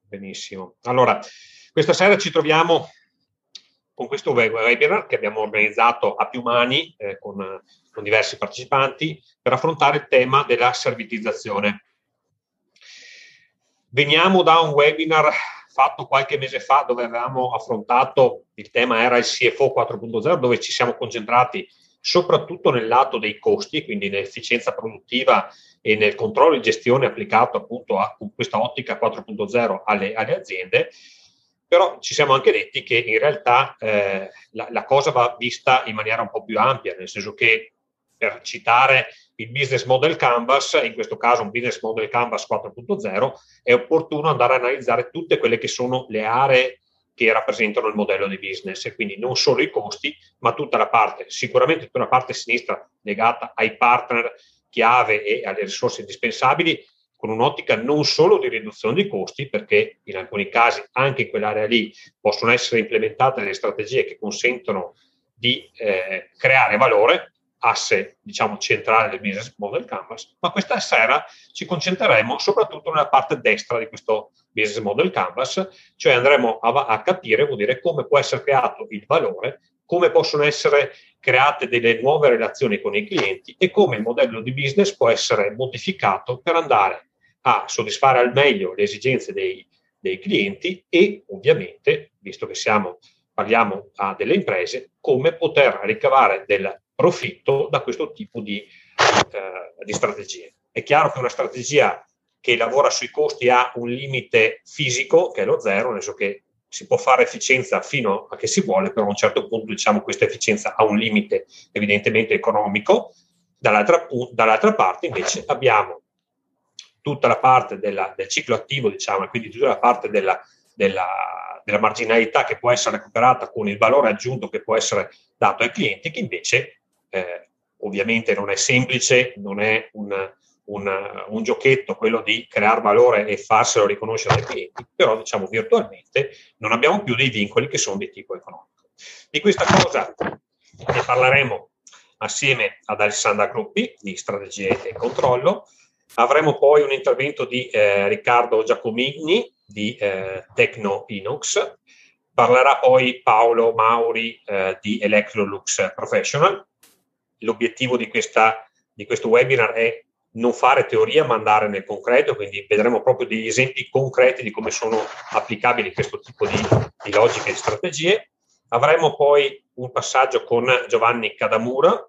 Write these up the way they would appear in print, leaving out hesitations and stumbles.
Benissimo. Allora, questa sera ci troviamo con questo webinar che abbiamo organizzato a più mani con diversi partecipanti per affrontare il tema della servitizzazione. Veniamo da un webinar fatto qualche mese fa dove avevamo affrontato, il tema era il CFO 4.0, dove ci siamo concentrati soprattutto nel lato dei costi, quindi nell'efficienza produttiva e nel controllo e gestione applicato appunto a questa ottica 4.0 alle aziende. Però ci siamo anche detti che in realtà la cosa va vista in maniera un po' più ampia, nel senso che, per citare il business model canvas, in questo caso un business model canvas 4.0, è opportuno andare a analizzare tutte quelle che sono le aree che rappresentano il modello di business, e quindi non solo i costi, ma tutta la parte, sicuramente tutta la parte sinistra legata ai partner chiave e alle risorse indispensabili, con un'ottica non solo di riduzione dei costi, perché in alcuni casi anche in quell'area lì possono essere implementate delle strategie che consentono di creare valore, asse diciamo centrale del business model canvas, ma questa sera ci concentreremo soprattutto nella parte destra di questo business model canvas, cioè andremo a capire, vuol dire, come può essere creato il valore, come possono essere create delle nuove relazioni con i clienti e come il modello di business può essere modificato per andare a soddisfare al meglio le esigenze dei clienti e ovviamente, visto che parliamo a delle imprese, come poter ricavare del profitto da questo tipo di strategie. È chiaro che una strategia che lavora sui costi ha un limite fisico, che è lo zero, nel senso che si può fare efficienza fino a che si vuole, però a un certo punto diciamo questa efficienza ha un limite evidentemente economico. Dall'altra parte invece abbiamo tutta la parte del ciclo attivo, diciamo, e quindi tutta la parte della marginalità che può essere recuperata con il valore aggiunto che può essere dato ai clienti, che invece ovviamente non è semplice, non è un giochetto quello di creare valore e farselo riconoscere dai clienti, però diciamo virtualmente non abbiamo più dei vincoli che sono di tipo economico. Di questa cosa ne parleremo assieme ad Alessandra Gruppi di Strategie e Controllo. Avremo poi un intervento di Riccardo Giacomini di Tecno Inox. Parlerà poi Paolo Mauri di Electrolux Professional. L'obiettivo di questo webinar è non fare teoria ma andare nel concreto, quindi vedremo proprio degli esempi concreti di come sono applicabili questo tipo di logiche e strategie. Avremo poi un passaggio con Giovanni Cadamuro,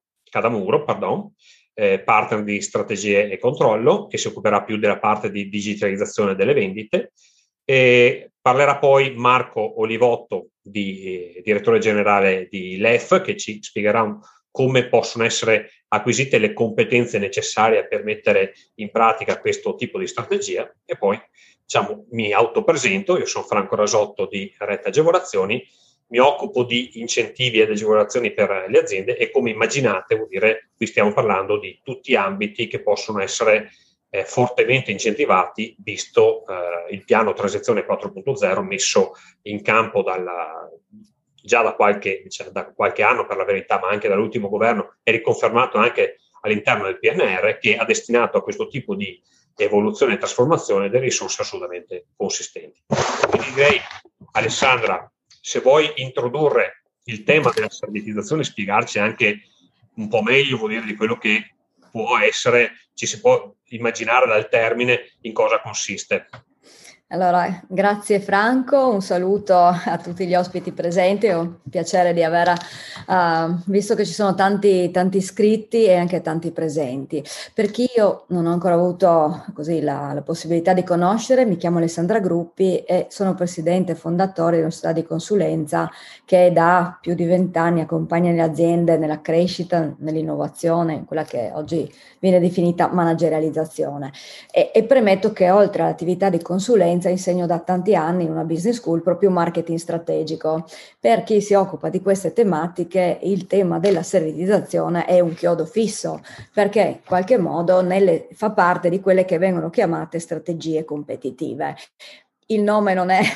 partner di strategie e controllo, che si occuperà più della parte di digitalizzazione delle vendite. E parlerà poi Marco Olivotto, direttore generale di LEF, che ci spiegherà come possono essere acquisite le competenze necessarie per mettere in pratica questo tipo di strategia. E poi mi autopresento, io sono Franco Rasotto di Retta Agevolazioni, mi occupo di incentivi ed agevolazioni per le aziende e, come immaginate, vuol dire, qui stiamo parlando di tutti ambiti che possono essere fortemente incentivati, visto il piano Transizione 4.0 messo in campo già da qualche anno, per la verità, ma anche dall'ultimo governo, e riconfermato anche all'interno del PNR, che ha destinato a questo tipo di evoluzione e trasformazione delle risorse assolutamente consistenti. Quindi direi, Alessandra, se vuoi introdurre il tema della servitizzazione, spiegarci anche un po' meglio, vuol dire, di quello che può essere, ci si può immaginare dal termine, in cosa consiste. Allora, grazie Franco, un saluto a tutti gli ospiti presenti, ho il piacere di aver visto che ci sono tanti iscritti e anche tanti presenti. Per chi io non ho ancora avuto così la possibilità di conoscere, mi chiamo Alessandra Gruppi e sono presidente e fondatore di una società di consulenza che da più di 20 anni accompagna le aziende nella crescita, nell'innovazione, in quella che oggi viene definita managerializzazione. E premetto che oltre all'attività di consulenza insegno da tanti anni in una business school proprio marketing strategico. Per chi si occupa di queste tematiche, il tema della servitizzazione è un chiodo fisso, perché in qualche modo fa parte di quelle che vengono chiamate strategie competitive. il nome non è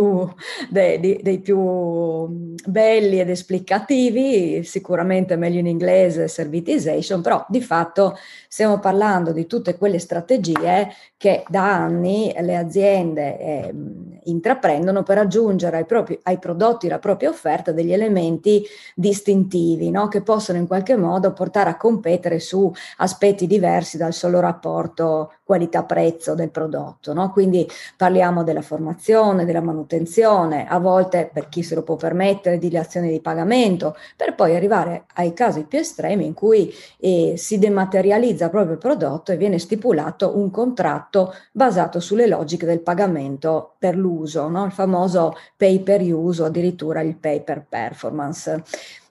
dei più belli ed esplicativi, sicuramente meglio in inglese servitization, però di fatto stiamo parlando di tutte quelle strategie che da anni le aziende intraprendono per aggiungere ai prodotti, la propria offerta, degli elementi distintivi, no? Che possono in qualche modo portare a competere su aspetti diversi dal solo rapporto qualità-prezzo del prodotto, no? Quindi parliamo della formazione, della manutenzione, a volte per chi se lo può permettere di azioni di pagamento, per poi arrivare ai casi più estremi in cui si dematerializza proprio il prodotto e viene stipulato un contratto basato sulle logiche del pagamento per l'uso, no? Il famoso pay per use o addirittura il pay per performance.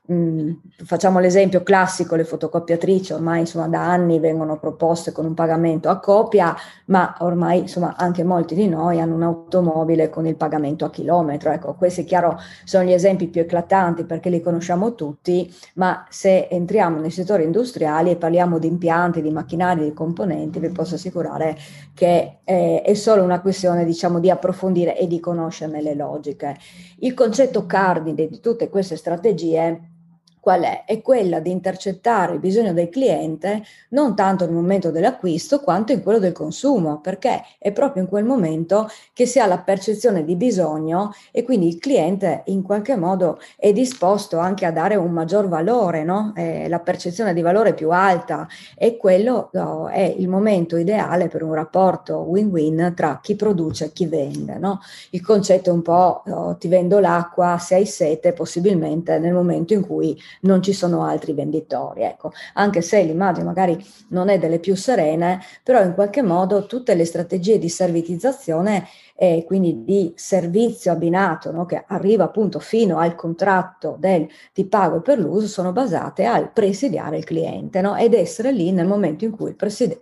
Facciamo l'esempio classico, le fotocopiatrici ormai insomma da anni vengono proposte con un pagamento a copia, ma ormai insomma anche molti di noi hanno un'automobile con il pagamento a chilometro. Ecco, questi chiaro sono gli esempi più eclatanti perché li conosciamo tutti, ma se entriamo nei settori industriali e parliamo di impianti, di macchinari, di componenti, vi posso assicurare che è solo una questione, diciamo, di approfondire e di conoscerne le logiche. Il concetto cardine di tutte queste strategie qual è? È quella di intercettare il bisogno del cliente non tanto nel momento dell'acquisto quanto in quello del consumo, perché è proprio in quel momento che si ha la percezione di bisogno e quindi il cliente in qualche modo è disposto anche a dare un maggior valore, no? La percezione di valore più alta e quello è il momento ideale per un rapporto win-win tra chi produce e chi vende, no? Il concetto è un po' ti vendo l'acqua se hai sete, possibilmente nel momento in cui non ci sono altri venditori, ecco, anche se l'immagine magari non è delle più serene, però in qualche modo tutte le strategie di servitizzazione e quindi di servizio abbinato, no, che arriva appunto fino al contratto del ti pago per l'uso, sono basate al presidiare il cliente, no, ed essere lì nel momento in cui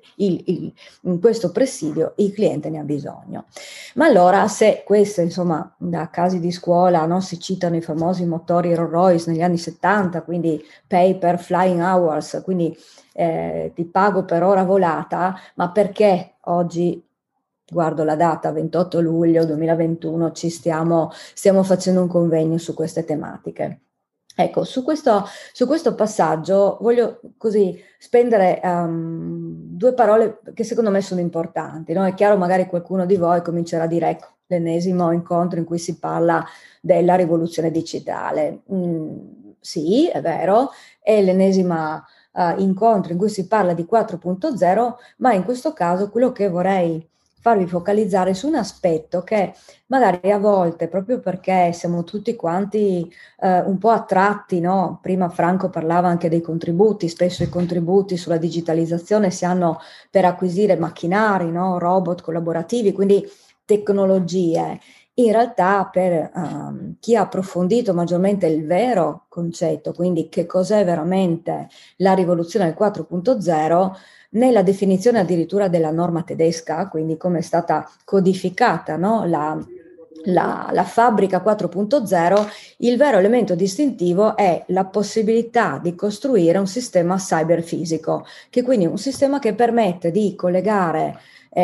in questo presidio il cliente ne ha bisogno. Ma allora se questo, insomma, da casi di scuola, no, si citano i famosi motori Rolls Royce negli anni 70, quindi pay per flying hours, quindi ti pago per ora volata, ma perché oggi, guardo la data, 28 luglio 2021, stiamo facendo un convegno su queste tematiche? Ecco, su questo passaggio voglio così spendere due parole che secondo me sono importanti, no? È chiaro, magari qualcuno di voi comincerà a dire, ecco, l'ennesimo incontro in cui si parla della rivoluzione digitale. Sì, è vero, è l'ennesima incontro in cui si parla di 4.0, ma in questo caso quello che vorrei farvi focalizzare su un aspetto che magari a volte, proprio perché siamo tutti quanti un po' attratti, no? Prima Franco parlava anche dei contributi, spesso i contributi sulla digitalizzazione si hanno per acquisire macchinari, no? Robot collaborativi, quindi tecnologie. In realtà per chi ha approfondito maggiormente il vero concetto, quindi che cos'è veramente la rivoluzione del 4.0, nella definizione addirittura della norma tedesca, quindi come è stata codificata, no? La fabbrica 4.0, il vero elemento distintivo è la possibilità di costruire un sistema cyberfisico, che quindi è un sistema che permette di collegare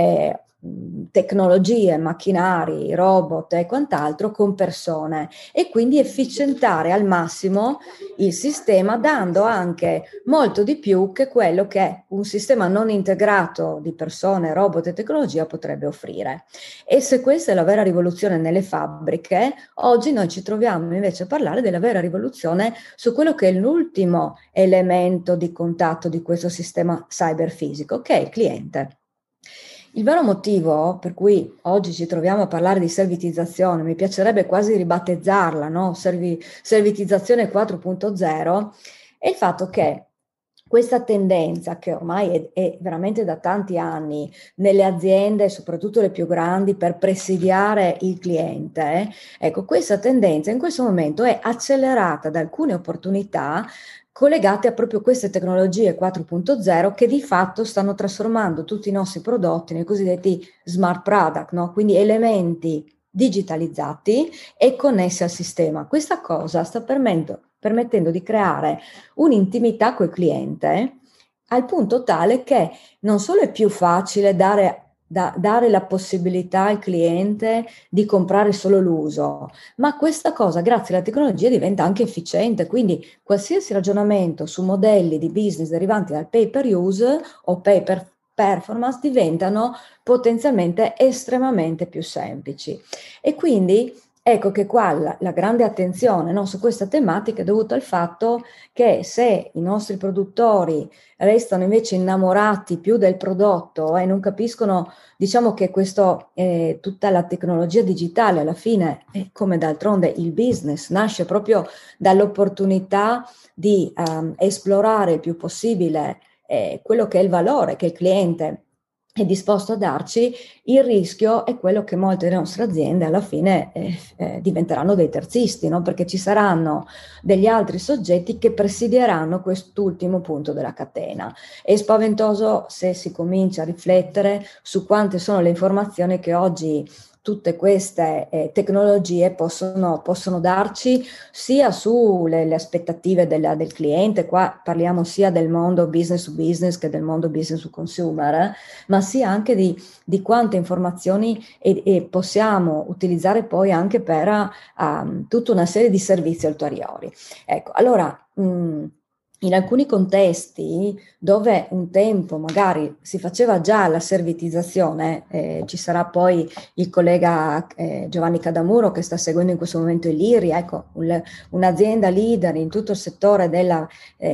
tecnologie, macchinari, robot e quant'altro con persone e quindi efficientare al massimo il sistema, dando anche molto di più che quello che un sistema non integrato di persone, robot e tecnologia potrebbe offrire. E se questa è la vera rivoluzione nelle fabbriche, oggi noi ci troviamo invece a parlare della vera rivoluzione su quello che è l'ultimo elemento di contatto di questo sistema cyberfisico, che è il cliente. Il vero motivo per cui oggi ci troviamo a parlare di servitizzazione, mi piacerebbe quasi ribattezzarla, no? Servitizzazione 4.0, è il fatto che questa tendenza, che ormai è veramente da tanti anni nelle aziende, soprattutto le più grandi, per presidiare il cliente, ecco, questa tendenza in questo momento è accelerata da alcune opportunità collegate a proprio queste tecnologie 4.0 che di fatto stanno trasformando tutti i nostri prodotti nei cosiddetti smart product, no? Quindi elementi digitalizzati e connessi al sistema. Questa cosa sta permettendo di creare un'intimità col cliente al punto tale che non solo è più facile dare dare la possibilità al cliente di comprare solo l'uso, ma questa cosa grazie alla tecnologia diventa anche efficiente, quindi qualsiasi ragionamento su modelli di business derivanti dal pay per use o pay per performance diventano potenzialmente estremamente più semplici. E quindi ecco che qua la grande attenzione, no, su questa tematica è dovuta al fatto che se i nostri produttori restano invece innamorati più del prodotto e non capiscono, diciamo che tutta la tecnologia digitale alla fine, come d'altronde il business, nasce proprio dall'opportunità di esplorare il più possibile quello che è il valore che il cliente è disposto a darci. Il rischio è quello che molte delle nostre aziende alla fine diventeranno dei terzisti, no? Perché ci saranno degli altri soggetti che presidieranno quest'ultimo punto della catena. È spaventoso se si comincia a riflettere su quante sono le informazioni che oggi tutte queste tecnologie possono darci, sia sulle aspettative del cliente. Qua parliamo sia del mondo business to business che del mondo business to consumer, ma sia anche di quante informazioni e possiamo utilizzare poi anche per tutta una serie di servizi ulteriori. Ecco, allora, in alcuni contesti dove un tempo magari si faceva già la servitizzazione, ci sarà poi il collega Giovanni Cadamuro che sta seguendo in questo momento il Liri, ecco, un'azienda leader in tutto il settore delle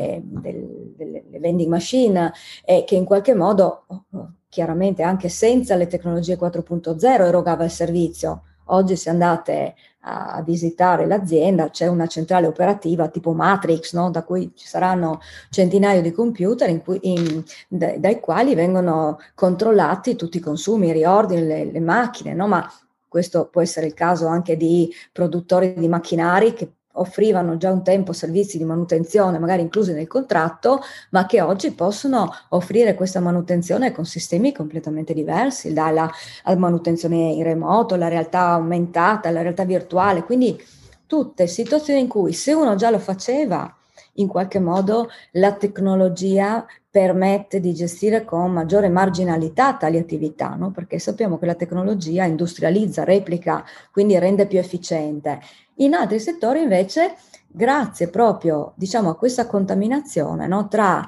vending machine, che in qualche modo, chiaramente anche senza le tecnologie 4.0, erogava il servizio. Oggi se andate a visitare l'azienda c'è una centrale operativa tipo Matrix, no? Da cui ci saranno centinaia di computer dai quali vengono controllati tutti i consumi, i riordini, le macchine, no? Ma questo può essere il caso anche di produttori di macchinari che offrivano già un tempo servizi di manutenzione magari inclusi nel contratto, ma che oggi possono offrire questa manutenzione con sistemi completamente diversi, dalla manutenzione in remoto, la realtà aumentata, la realtà virtuale, quindi tutte situazioni in cui se uno già lo faceva, in qualche modo la tecnologia permette di gestire con maggiore marginalità tali attività, no? Perché sappiamo che la tecnologia industrializza, replica, quindi rende più efficiente. In altri settori invece, grazie proprio, diciamo, a questa contaminazione, no, tra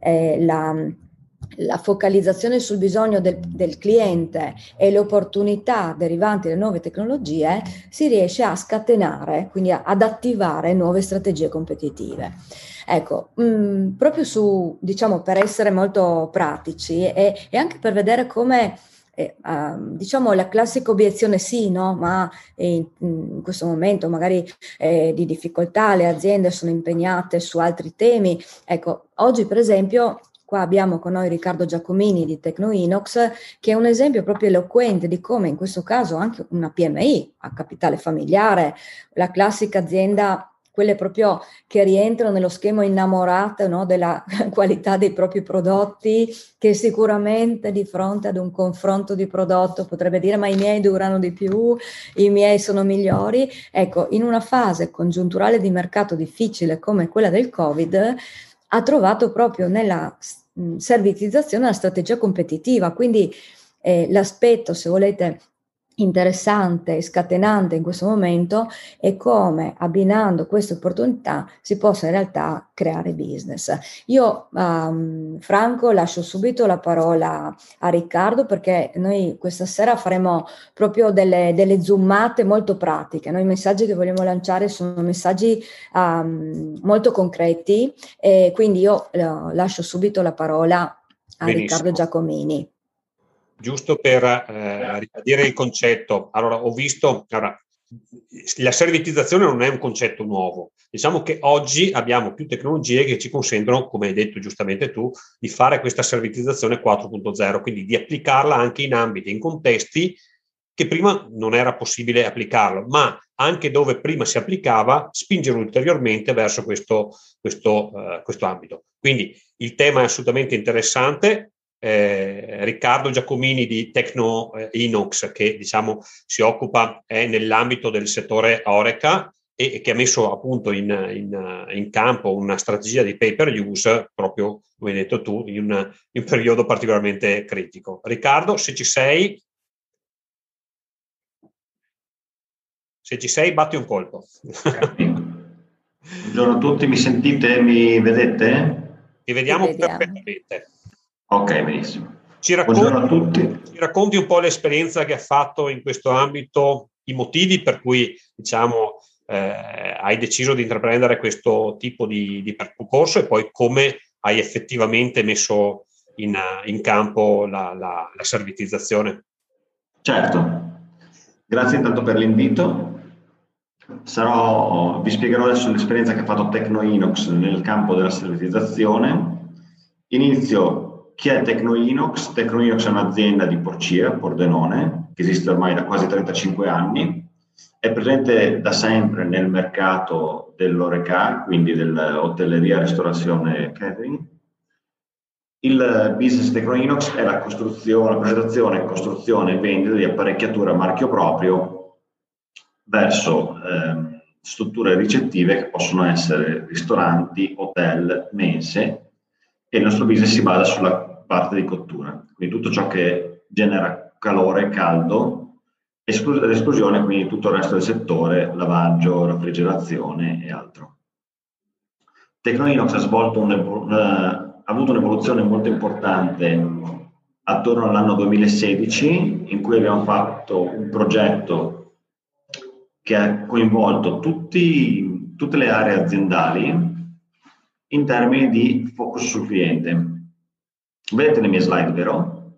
la focalizzazione sul bisogno del cliente e le opportunità derivanti dalle nuove tecnologie, si riesce a scatenare, quindi ad attivare nuove strategie competitive. Ecco, proprio diciamo, per essere molto pratici e anche per vedere come diciamo la classica obiezione sì, no? Ma in questo momento magari di difficoltà le aziende sono impegnate su altri temi. Ecco, oggi per esempio qua abbiamo con noi Riccardo Giacomini di TecnoInox, che è un esempio proprio eloquente di come in questo caso anche una PMI a capitale familiare, la classica azienda, quelle proprio che rientrano nello schema innamorato, no, della qualità dei propri prodotti, che sicuramente di fronte ad un confronto di prodotto potrebbe dire ma i miei durano di più, i miei sono migliori. Ecco, in una fase congiunturale di mercato difficile come quella del Covid, ha trovato proprio nella servitizzazione la strategia competitiva, quindi l'aspetto, se volete, interessante e scatenante in questo momento è come abbinando queste opportunità si possa in realtà creare business. Io Franco lascio subito la parola a Riccardo perché noi questa sera faremo proprio delle zoomate molto pratiche. Noi i messaggi che vogliamo lanciare sono messaggi molto concreti e quindi io lascio subito la parola a Benissimo. Riccardo Giacomini. Giusto per ribadire il concetto, allora ho visto, la servitizzazione non è un concetto nuovo, diciamo che oggi abbiamo più tecnologie che ci consentono, come hai detto giustamente tu, di fare questa servitizzazione 4.0, quindi di applicarla anche in ambiti, in contesti che prima non era possibile applicarlo, ma anche dove prima si applicava, spingere ulteriormente verso questo ambito. Quindi il tema è assolutamente interessante. Riccardo Giacomini di TecnoInox, che diciamo si occupa nell'ambito del settore Horeca, e che ha messo appunto in campo una strategia di pay per use, proprio come hai detto tu, in un periodo particolarmente critico. Riccardo, se ci sei, batti un colpo. Buongiorno a tutti, mi sentite, mi vedete? Ti vediamo perfettamente. Ok, benissimo. Buongiorno a tutti. Ci racconti un po' l'esperienza che ha fatto in questo ambito, i motivi per cui, diciamo, hai deciso di intraprendere questo tipo di percorso e poi come hai effettivamente messo in campo la servitizzazione. Certo, grazie intanto per l'invito. Vi spiegherò adesso l'esperienza che ha fatto Tecnoinox nel campo della servitizzazione. Inizio, chi è Tecnoinox? Tecnoinox è un'azienda di Porcia, Pordenone, che esiste ormai da quasi 35 anni. È presente da sempre nel mercato dell'Horeca, quindi dell'hotelleria, ristorazione e catering. Il business Tecnoinox è la progettazione, costruzione e vendita di apparecchiature a marchio proprio verso strutture ricettive che possono essere ristoranti, hotel, mense, e il nostro business si basa sulla parte di cottura, quindi tutto ciò che genera calore, caldo, l'esclusione, quindi tutto il resto del settore, lavaggio, refrigerazione e altro. Tecnoinox ha avuto un'evoluzione molto importante attorno all'anno 2016, in cui abbiamo fatto un progetto che ha coinvolto tutte le aree aziendali in termini di focus sul cliente. Vedete le mie slide, vero?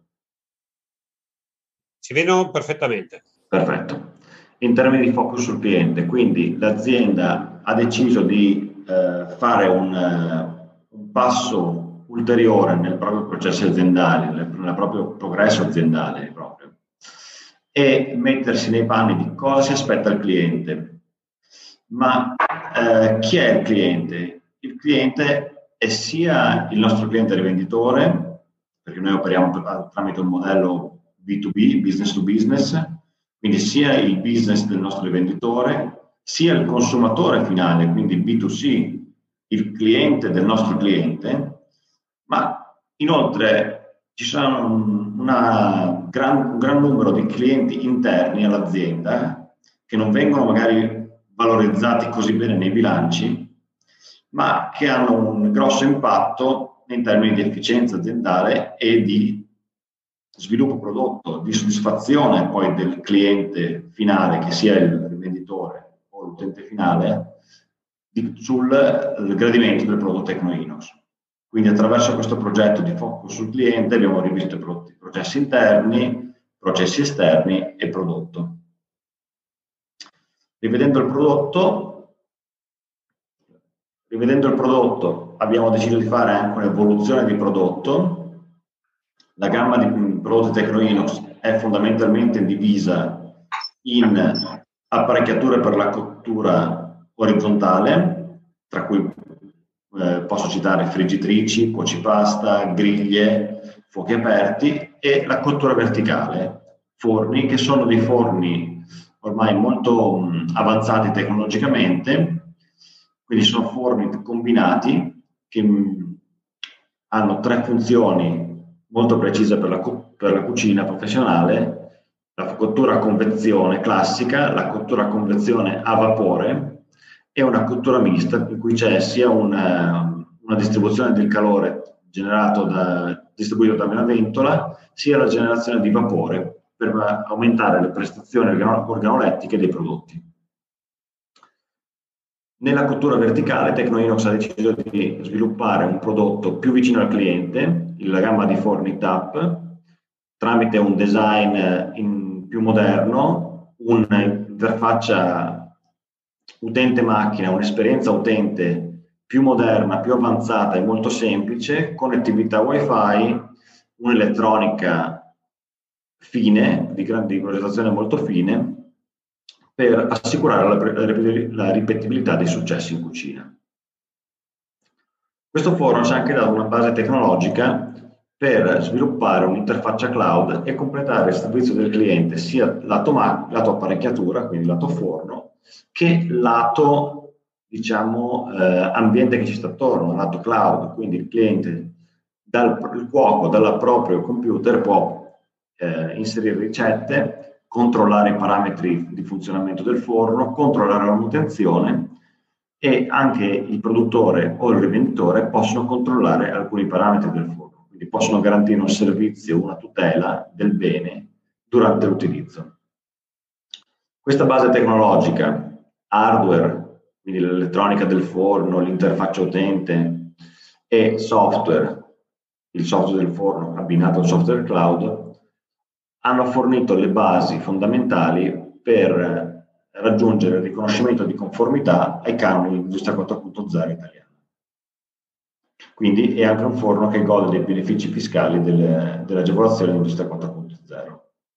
Si vedono perfettamente. Perfetto. In termini di focus sul cliente, quindi l'azienda ha deciso di fare un passo ulteriore nel proprio processo aziendale, nel proprio progresso aziendale proprio, e mettersi nei panni di cosa si aspetta il cliente. Ma chi è il cliente? Il cliente è sia il nostro cliente rivenditore, perché noi operiamo tramite un modello B2B, business to business, quindi sia il business del nostro rivenditore, sia il consumatore finale, quindi il B2C, il cliente del nostro cliente, ma inoltre ci sono un gran numero di clienti interni all'azienda che non vengono magari valorizzati così bene nei bilanci, ma che hanno un grosso impatto in termini di efficienza aziendale e di sviluppo prodotto, di soddisfazione poi del cliente finale, che sia il rivenditore o l'utente finale, sul gradimento del prodotto Tecnoinox. Quindi attraverso questo progetto di focus sul cliente abbiamo rivisto i processi interni, processi esterni e prodotto. Rivedendo il prodotto abbiamo deciso di fare anche un'evoluzione di prodotto. La gamma di prodotti Tecnoinox è fondamentalmente divisa in apparecchiature per la cottura orizzontale, tra cui posso citare friggitrici, cuocipasta, griglie, fuochi aperti, e la cottura verticale, forni, che sono dei forni ormai molto avanzati tecnologicamente, quindi sono forni combinati che hanno 3 funzioni molto precise per la cucina professionale: la cottura a convezione classica, la cottura a convezione a vapore e una cottura mista, in cui c'è sia una distribuzione del calore distribuito da una ventola, sia la generazione di vapore per aumentare le prestazioni organolettiche dei prodotti. Nella cottura verticale Tecnoinox ha deciso di sviluppare un prodotto più vicino al cliente, la gamma di forni TAP, tramite un design più moderno, un'interfaccia utente-macchina, un'esperienza utente più moderna, più avanzata e molto semplice, connettività Wi-Fi, un'elettronica fine, di progettazione molto fine, per assicurare la ripetibilità dei successi in cucina. Questo forno ci ha anche dato una base tecnologica per sviluppare un'interfaccia cloud e completare il servizio del cliente sia lato apparecchiatura, quindi lato forno, che lato, diciamo, ambiente che ci sta attorno, lato cloud. Quindi il cliente, il cuoco dal proprio computer può inserire ricette, controllare i parametri di funzionamento del forno, controllare la manutenzione, e anche il produttore o il rivenditore possono controllare alcuni parametri del forno, quindi possono garantire un servizio, una tutela del bene durante l'utilizzo. Questa base tecnologica, hardware, quindi l'elettronica del forno, l'interfaccia utente, e software, il software del forno abbinato al software cloud, hanno fornito le basi fondamentali per raggiungere il riconoscimento di conformità ai canoni dell'industria 4.0 italiana. Quindi è anche un forno che gode dei benefici fiscali dell'agevolazione dell'industria 4.0.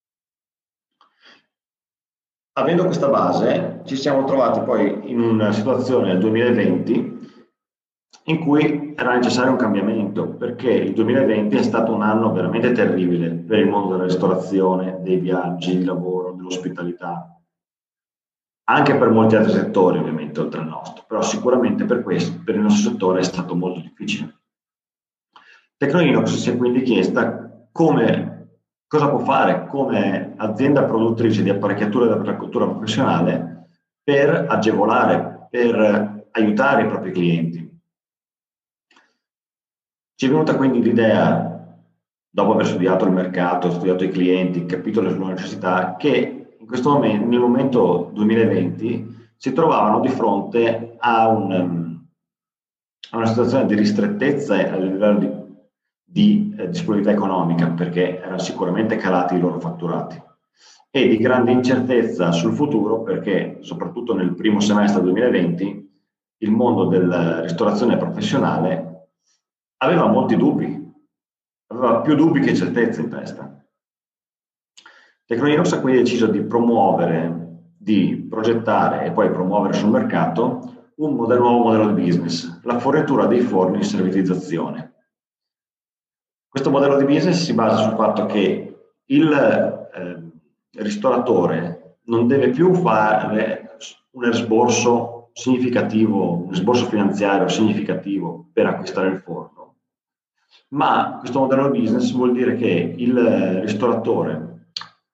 Avendo questa base, ci siamo trovati poi in una situazione nel 2020 in cui era necessario un cambiamento, perché il 2020 è stato un anno veramente terribile per il mondo della ristorazione, dei viaggi, del lavoro, dell'ospitalità, anche per molti altri settori ovviamente oltre al nostro, però sicuramente per il nostro settore è stato molto difficile. Tecnoinox si è quindi chiesta cosa può fare come azienda produttrice di apparecchiature da agricoltura professionale per agevolare, per aiutare i propri clienti. Ci è venuta quindi l'idea, dopo aver studiato il mercato, studiato i clienti, capito le loro necessità, che in questo momento, nel momento 2020, si trovavano di fronte a una situazione di ristrettezza a livello di disponibilità economica, perché erano sicuramente calati i loro fatturati, e di grande incertezza sul futuro, perché soprattutto nel primo semestre 2020 il mondo della ristorazione professionale aveva molti dubbi, aveva più dubbi che certezze in testa. Tecnoinox ha quindi deciso di promuovere, di progettare e poi promuovere sul mercato un nuovo modello di business, la fornitura dei forni in servitizzazione. Questo modello di business si basa sul fatto che il ristoratore non deve più fare un esborso significativo, un esborso finanziario significativo per acquistare il forno, ma questo modello di business vuol dire che il ristoratore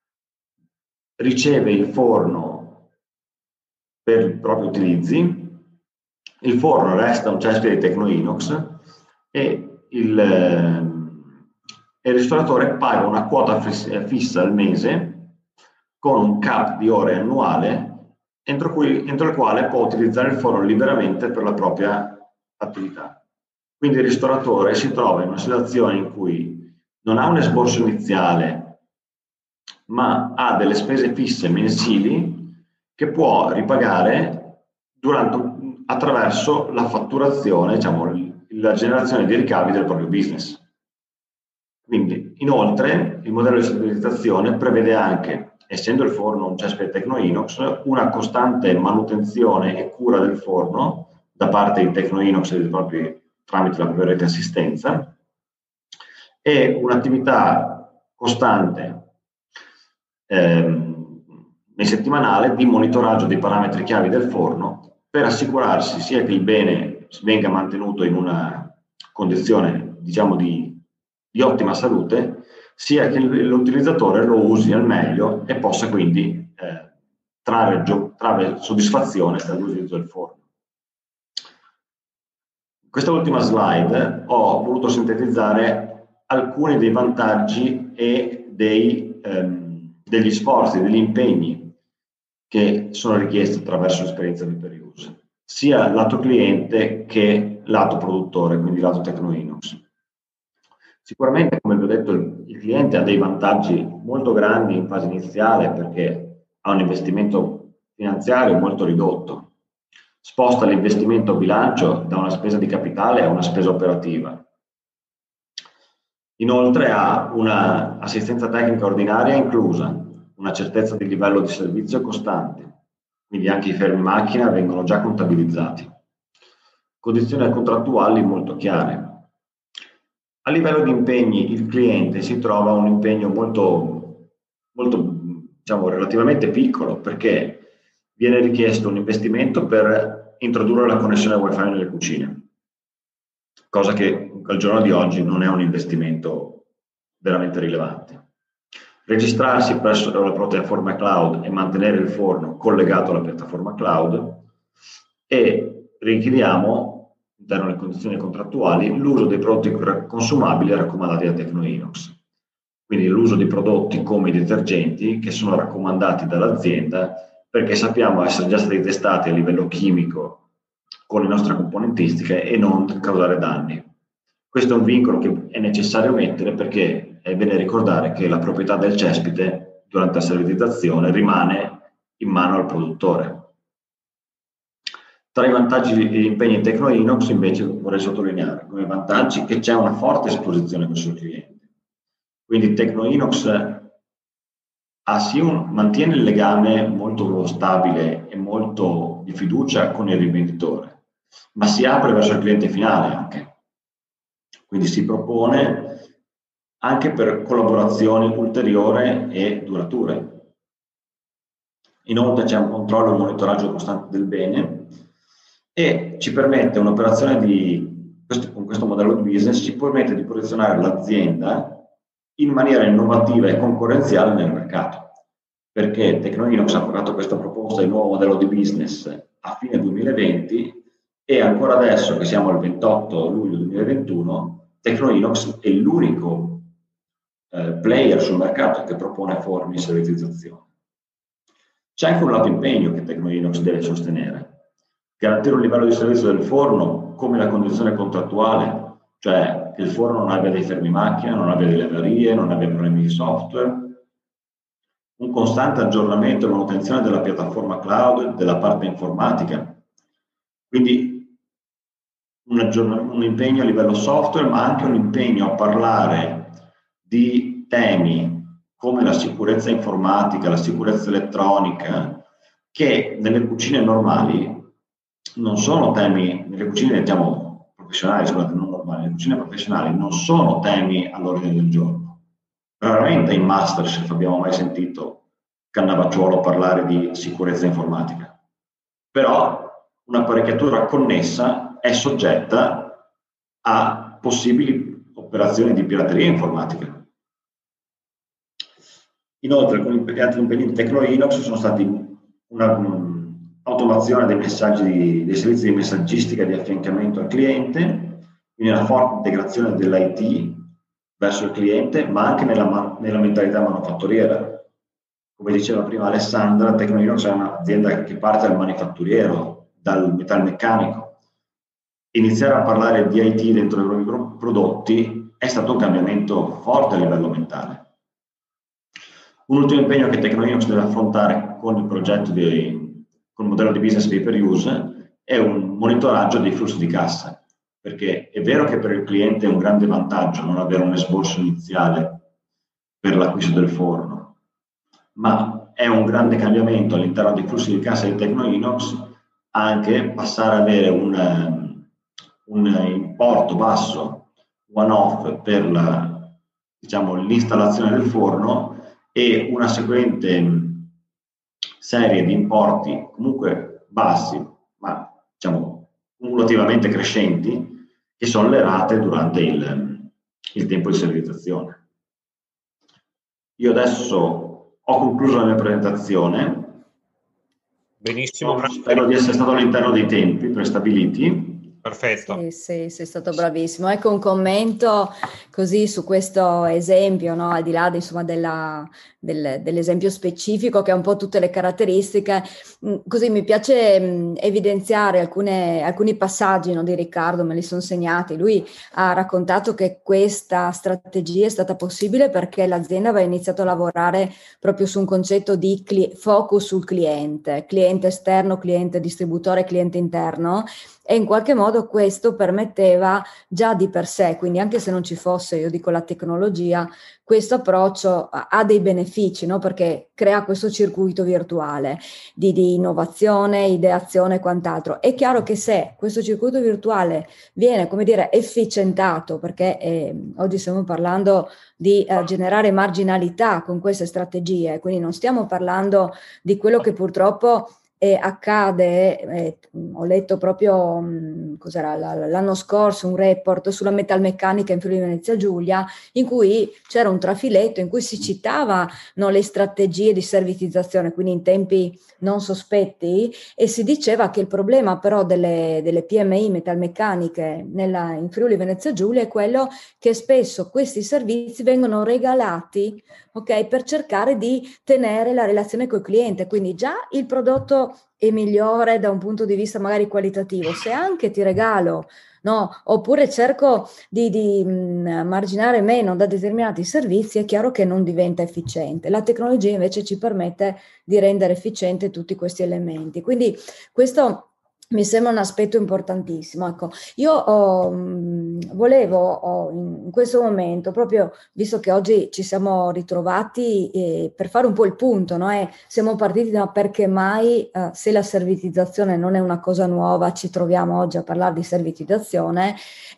riceve il forno per i propri utilizzi, il forno resta un cespite di Tecnoinox e il ristoratore paga una quota fissa al mese con un cap di ore annuale entro il quale può utilizzare il forno liberamente per la propria attività. Quindi il ristoratore si trova in una situazione in cui non ha un esborso iniziale, ma ha delle spese fisse mensili che può ripagare attraverso la fatturazione, diciamo, la generazione di ricavi del proprio business. Quindi, inoltre, il modello di stabilizzazione prevede anche, essendo il forno un cespite Tecnoinox, una costante manutenzione e cura del forno da parte di Tecnoinox tramite la propria rete di assistenza, e un'attività costante nei settimanale di monitoraggio dei parametri chiavi del forno per assicurarsi sia che il bene venga mantenuto in una condizione, diciamo, di ottima salute, sia che l'utilizzatore lo usi al meglio e possa quindi trarre soddisfazione dall'utilizzo del forno. In questa ultima slide ho voluto sintetizzare alcuni dei vantaggi e degli sforzi, degli impegni che sono richiesti attraverso l'esperienza di per use, sia lato cliente che lato produttore, quindi lato Tecnoinox. Sicuramente, come vi ho detto, il cliente ha dei vantaggi molto grandi in fase iniziale perché ha un investimento finanziario molto ridotto. Sposta l'investimento bilancio da una spesa di capitale a una spesa operativa. Inoltre ha una assistenza tecnica ordinaria inclusa, una certezza di livello di servizio costante, quindi anche i fermi macchina vengono già contabilizzati. Condizioni contrattuali molto chiare. A livello di impegni il cliente si trova un impegno molto diciamo, relativamente piccolo, perché viene richiesto un investimento per introdurre la connessione wifi nelle cucine, cosa che al giorno di oggi non è un investimento veramente rilevante. Registrarsi presso la piattaforma cloud e mantenere il forno collegato alla piattaforma cloud, e richiediamo, all'interno delle condizioni contrattuali, l'uso dei prodotti consumabili raccomandati da Tecnoinox. Quindi l'uso di prodotti come i detergenti che sono raccomandati dall'azienda perché sappiamo essere già stati testati a livello chimico con le nostre componentistiche e non causare danni. Questo è un vincolo che è necessario mettere perché è bene ricordare che la proprietà del cespite durante la sterilizzazione rimane in mano al produttore. Tra i vantaggi e gli impegni Tecnoinox invece vorrei sottolineare come vantaggi che c'è una forte esposizione verso il cliente. Quindi Tecnoinox mantiene il legame molto stabile e molto di fiducia con il rivenditore, ma si apre verso il cliente finale anche. Quindi si propone anche per collaborazioni ulteriori e durature. Inoltre c'è un controllo e un monitoraggio costante del bene e ci permette un'operazione con questo modello di business, ci permette di posizionare l'azienda in maniera innovativa e concorrenziale nel mercato, perché Tecnoinox ha fatto questa proposta di nuovo modello di business a fine 2020 e ancora adesso che siamo al 28 luglio 2021 Tecnoinox è l'unico player sul mercato che propone forme di sterilizzazione. C'è anche un lato impegno che Tecnoinox deve sostenere: garantire un livello di servizio del forno come la condizione contrattuale, cioè che il forno non abbia dei fermi macchina, non abbia delle avarie, non abbia problemi di software, un costante aggiornamento e manutenzione della piattaforma cloud, della parte informatica, quindi un impegno a livello software, ma anche un impegno a parlare di temi come la sicurezza informatica, la sicurezza elettronica, che nelle cucine normali non sono temi, nelle cucine diciamo professionali, scusate, non normali, nelle cucine professionali non sono temi all'ordine del giorno. Raramente in Masterchef abbiamo mai sentito Cannavacciuolo parlare di sicurezza informatica, però un'apparecchiatura connessa è soggetta a possibili operazioni di pirateria informatica. Inoltre, alcuni altri impegni di Tecnoinox sono stati un'automazione dei messaggi, dei servizi di messaggistica di affiancamento al cliente, quindi una forte integrazione dell'IT verso il cliente, ma anche nella mentalità manufatturiera. Come diceva prima Alessandra, Tecnoinox è un'azienda che parte dal manifatturiero, dal metalmeccanico. Iniziare a parlare di IT dentro i propri prodotti è stato un cambiamento forte a livello mentale. Un ultimo impegno che Tecnoinox deve affrontare con il progetto con il modello di business pay per use è un monitoraggio dei flussi di cassa, perché è vero che per il cliente è un grande vantaggio non avere un esborso iniziale per l'acquisto del forno, ma è un grande cambiamento all'interno dei flussi di cassa di Tecnoinox anche passare ad avere un importo basso one-off per l'installazione del forno e una seguente serie di importi comunque bassi, ma cumulativamente crescenti, che sono le rate durante il tempo di sterilizzazione. Io adesso ho concluso la mia presentazione. Benissimo. Spero di essere stato all'interno dei tempi prestabiliti. Perfetto. Sì, sei stato bravissimo. Ecco un commento così su questo esempio, no? Al di là insomma dell'esempio specifico che ha un po' tutte le caratteristiche, così mi piace evidenziare alcuni passaggi, no, di Riccardo, me li sono segnati. Lui ha raccontato che questa strategia è stata possibile perché l'azienda aveva iniziato a lavorare proprio su un concetto di focus sul cliente esterno, cliente distributore, cliente interno. E in qualche modo questo permetteva già di per sé, quindi anche se non ci fosse, io dico, la tecnologia, questo approccio ha dei benefici, no? Perché crea questo circuito virtuale di innovazione, ideazione e quant'altro. È chiaro che se questo circuito virtuale viene, come dire, efficientato, perché oggi stiamo parlando di generare marginalità con queste strategie, quindi non stiamo parlando di quello che purtroppo accade, ho letto proprio cos'era, l'anno scorso un report sulla metalmeccanica in Friuli Venezia Giulia, in cui c'era un trafiletto in cui si citava, no, le strategie di servitizzazione, quindi in tempi non sospetti, e si diceva che il problema però delle PMI metalmeccaniche in Friuli Venezia Giulia è quello che spesso questi servizi vengono regalati, ok, per cercare di tenere la relazione col cliente, quindi già il prodotto è migliore da un punto di vista magari qualitativo, se anche ti regalo, no, oppure cerco di marginare meno da determinati servizi, è chiaro che non diventa efficiente. La tecnologia invece ci permette di rendere efficiente tutti questi elementi. Quindi questo mi sembra un aspetto importantissimo. Ecco, io volevo in questo momento, proprio visto che oggi ci siamo ritrovati per fare un po' il punto, no? Siamo partiti da perché mai, se la servitizzazione non è una cosa nuova, ci troviamo oggi a parlare di servitizzazione.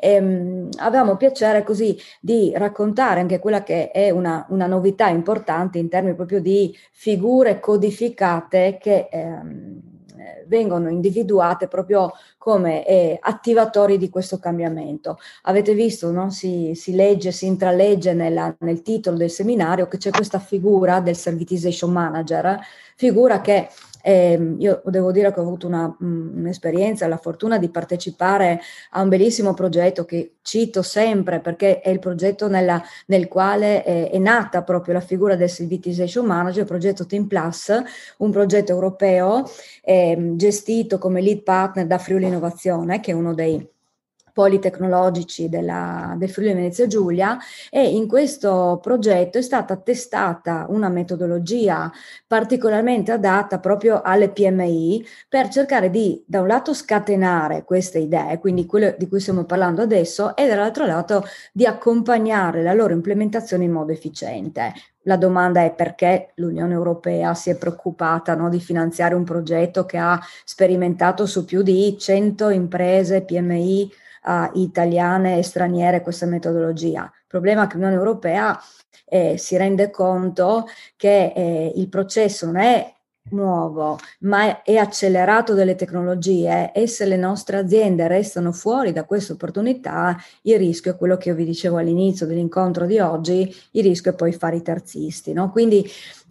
Avevamo piacere così di raccontare anche quella che è una novità importante in termini proprio di figure codificate che vengono individuate proprio come attivatori di questo cambiamento. Avete visto, no? Si legge, si intralegge nel titolo del seminario che c'è questa figura del Servitization Manager, figura che io devo dire che ho avuto un'esperienza, la fortuna di partecipare a un bellissimo progetto che cito sempre perché è il progetto nel quale è nata proprio la figura del Servitization Manager, il progetto Team Plus, un progetto europeo gestito come lead partner da Friuli Innovazione, che è uno dei poli tecnologici del Friuli Venezia Giulia, e in questo progetto è stata testata una metodologia particolarmente adatta proprio alle PMI per cercare di, da un lato, scatenare queste idee, quindi quello di cui stiamo parlando adesso, e dall'altro lato di accompagnare la loro implementazione in modo efficiente. La domanda è perché l'Unione Europea si è preoccupata, no, di finanziare un progetto che ha sperimentato su più di 100 imprese PMI italiane e straniere questa metodologia. Il problema è che l'Unione Europea si rende conto che il processo non è nuovo, ma è accelerato dalle tecnologie, e se le nostre aziende restano fuori da questa opportunità, il rischio è quello che io vi dicevo all'inizio dell'incontro di oggi, il rischio è poi fare i terzisti, no? Quindi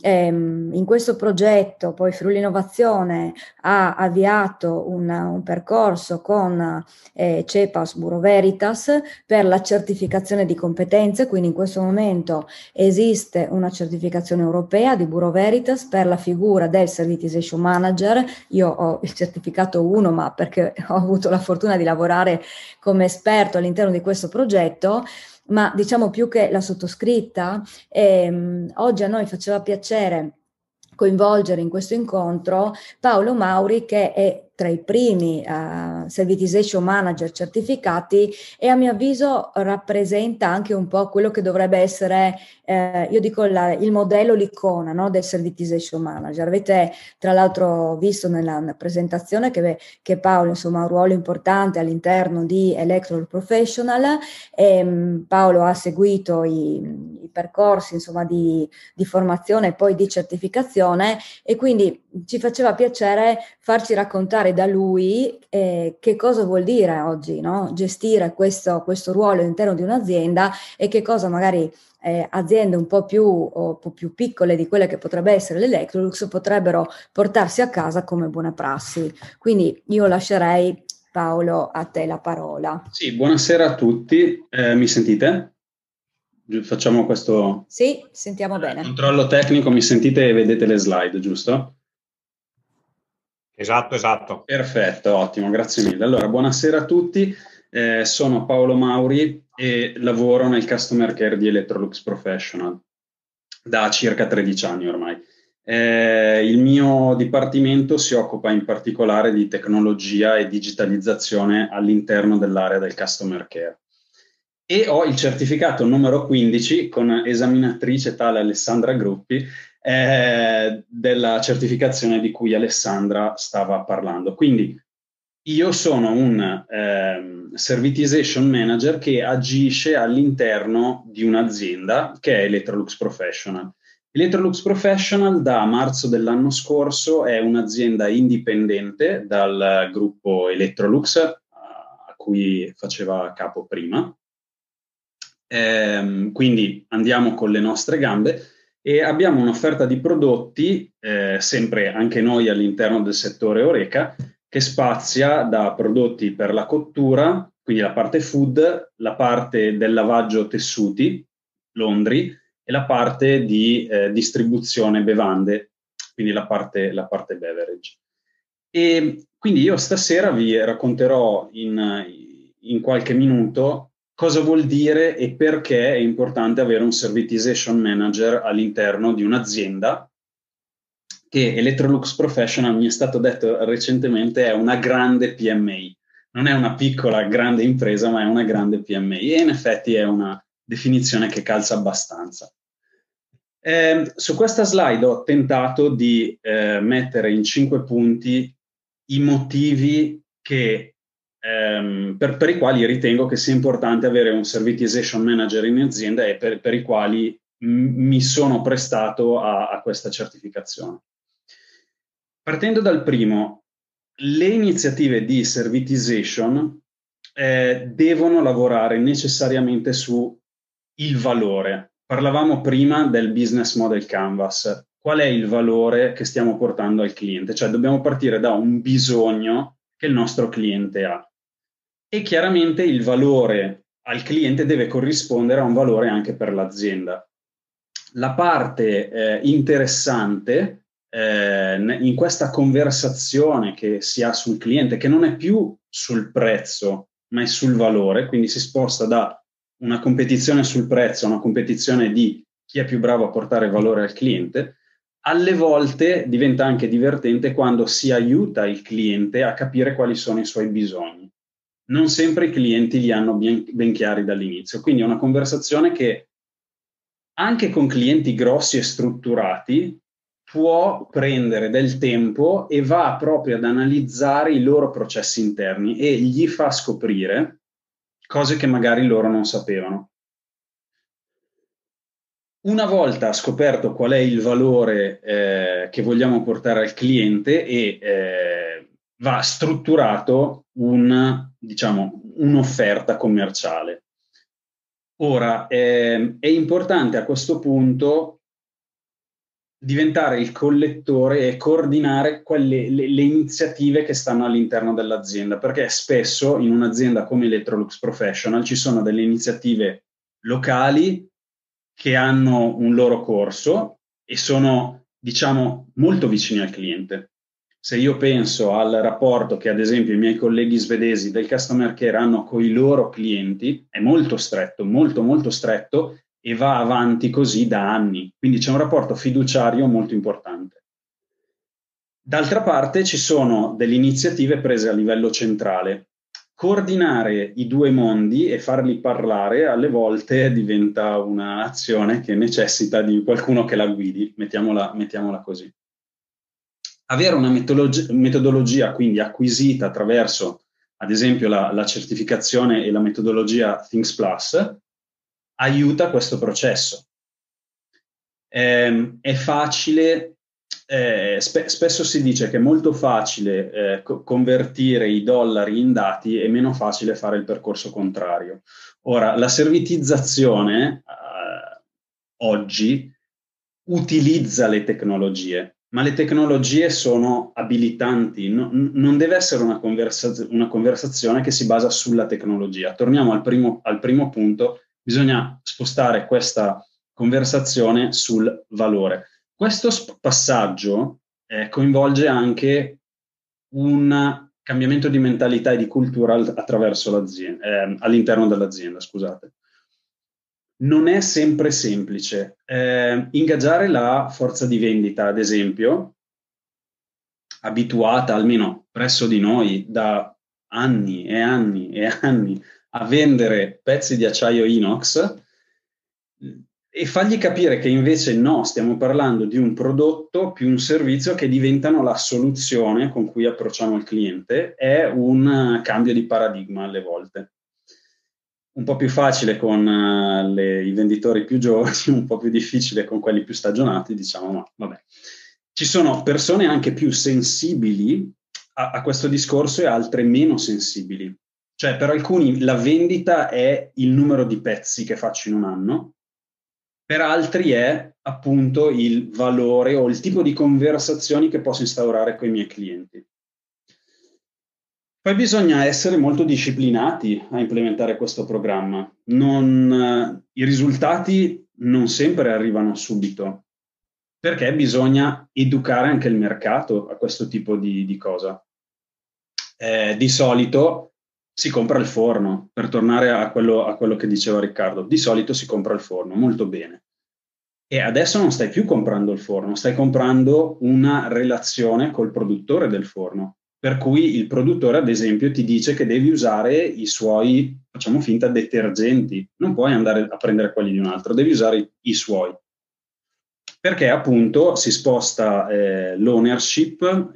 in questo progetto poi Friuli Innovazione ha avviato un percorso con CEPAS Bureau Veritas per la certificazione di competenze, quindi in questo momento esiste una certificazione europea di Bureau Veritas per la figura del Servitization Manager. Io ho il certificato 1, ma perché ho avuto la fortuna di lavorare come esperto all'interno di questo progetto, ma diciamo più che la sottoscritta, oggi a noi faceva piacere coinvolgere in questo incontro Paolo Mauri, che è tra i primi Servitization Manager certificati e a mio avviso rappresenta anche un po' quello che dovrebbe essere, io dico il modello, l'icona, no, del Servitization Manager. Avete tra l'altro visto nella presentazione che Paolo insomma ha un ruolo importante all'interno di Electoral Professional, e Paolo ha seguito i percorsi insomma di formazione e poi di certificazione, e quindi ci faceva piacere farci raccontare da lui che cosa vuol dire oggi, no? Gestire questo ruolo all'interno di un'azienda, e che cosa magari aziende un po' più piccole di quelle che potrebbe essere l'Electrolux potrebbero portarsi a casa come buona prassi. Quindi io lascerei, Paolo, a te la parola. Sì, buonasera a tutti, mi sentite? Facciamo questo Sì, sentiamo bene. Controllo tecnico, mi sentite e vedete le slide, giusto? Esatto. Perfetto, ottimo, grazie mille. Allora, buonasera a tutti, sono Paolo Mauri e lavoro nel Customer Care di Electrolux Professional da circa 13 anni ormai. Il mio dipartimento si occupa in particolare di tecnologia e digitalizzazione all'interno dell'area del Customer Care. E ho il certificato numero 15 con esaminatrice tale Alessandra Gruppi della certificazione di cui Alessandra stava parlando. Quindi io sono un Servitization Manager che agisce all'interno di un'azienda che è Electrolux Professional. Electrolux Professional da marzo dell'anno scorso è un'azienda indipendente dal gruppo Electrolux, a cui faceva capo prima. Quindi andiamo con le nostre gambe e abbiamo un'offerta di prodotti, sempre anche noi all'interno del settore Horeca, che spazia da prodotti per la cottura, quindi la parte food, la parte del lavaggio tessuti, laundry, e la parte di distribuzione bevande, quindi la parte beverage. E quindi io stasera vi racconterò in qualche minuto cosa vuol dire e perché è importante avere un Servitization Manager all'interno di un'azienda che Electrolux Professional, mi è stato detto recentemente, è una grande PMI. Non è una piccola, grande impresa, ma è una grande PMI, e in effetti è una definizione che calza abbastanza. Su questa slide ho tentato di mettere in 5 punti i motivi che, per i quali ritengo che sia importante avere un Servitization Manager in azienda e per i quali mi sono prestato a questa certificazione. Partendo dal primo, le iniziative di Servitization devono lavorare necessariamente su il valore. Parlavamo prima del business model canvas. Qual è il valore che stiamo portando al cliente? Cioè dobbiamo partire da un bisogno che il nostro cliente ha. E chiaramente il valore al cliente deve corrispondere a un valore anche per l'azienda. La parte interessante in questa conversazione che si ha sul cliente, che non è più sul prezzo, ma è sul valore, quindi si sposta da una competizione sul prezzo a una competizione di chi è più bravo a portare valore al cliente. Alle volte diventa anche divertente quando si aiuta il cliente a capire quali sono i suoi bisogni. Non sempre i clienti li hanno ben chiari dall'inizio, quindi è una conversazione che anche con clienti grossi e strutturati può prendere del tempo e va proprio ad analizzare i loro processi interni e gli fa scoprire cose che magari loro non sapevano. Una volta scoperto qual è il valore che vogliamo portare al cliente va strutturato un'offerta commerciale. Ora, è importante a questo punto diventare il collettore e coordinare le iniziative che stanno all'interno dell'azienda, perché spesso in un'azienda come Electrolux Professional ci sono delle iniziative locali che hanno un loro corso e sono, molto vicini al cliente. Se io penso al rapporto che ad esempio i miei colleghi svedesi del Customer Care hanno con i loro clienti, è molto stretto, molto molto stretto, e va avanti così da anni. Quindi c'è un rapporto fiduciario molto importante. D'altra parte ci sono delle iniziative prese a livello centrale. Coordinare i due mondi e farli parlare alle volte diventa un'azione che necessita di qualcuno che la guidi, mettiamola così. Avere una metodologia quindi acquisita attraverso, ad esempio, la certificazione e la metodologia Things Plus aiuta questo processo. È facile, spesso si dice che è molto facile convertire i dollari in dati e meno facile fare il percorso contrario. Ora, la servitizzazione oggi utilizza le tecnologie, ma le tecnologie sono abilitanti, non deve essere una conversazione che si basa sulla tecnologia. Torniamo al primo punto. Bisogna spostare questa conversazione sul valore. Questo passaggio coinvolge anche un cambiamento di mentalità e di cultura attraverso l'azienda, all'interno dell'azienda, scusate. Non è sempre semplice. Ingaggiare la forza di vendita, ad esempio, abituata almeno presso di noi da anni e anni e anni a vendere pezzi di acciaio inox, e fargli capire che invece no, stiamo parlando di un prodotto più un servizio che diventano la soluzione con cui approcciamo il cliente, è un cambio di paradigma alle volte. un po' più facile con i venditori più giovani, un po' più difficile con quelli più stagionati, diciamo, ma vabbè. Ci sono persone anche più sensibili a questo discorso e altre meno sensibili. Cioè, per alcuni la vendita è il numero di pezzi che faccio in un anno, per altri è appunto il valore o il tipo di conversazioni che posso instaurare con i miei clienti. Poi bisogna essere molto disciplinati a implementare questo programma. I risultati non sempre arrivano subito, perché bisogna educare anche il mercato a questo tipo di cosa. Di solito si compra il forno, per tornare a quello che diceva Riccardo, di solito si compra il forno, molto bene. E adesso non stai più comprando il forno, stai comprando una relazione col produttore del forno. Per cui il produttore, ad esempio, ti dice che devi usare i suoi, facciamo finta, detergenti. Non puoi andare a prendere quelli di un altro, devi usare i suoi. Perché appunto si sposta l'ownership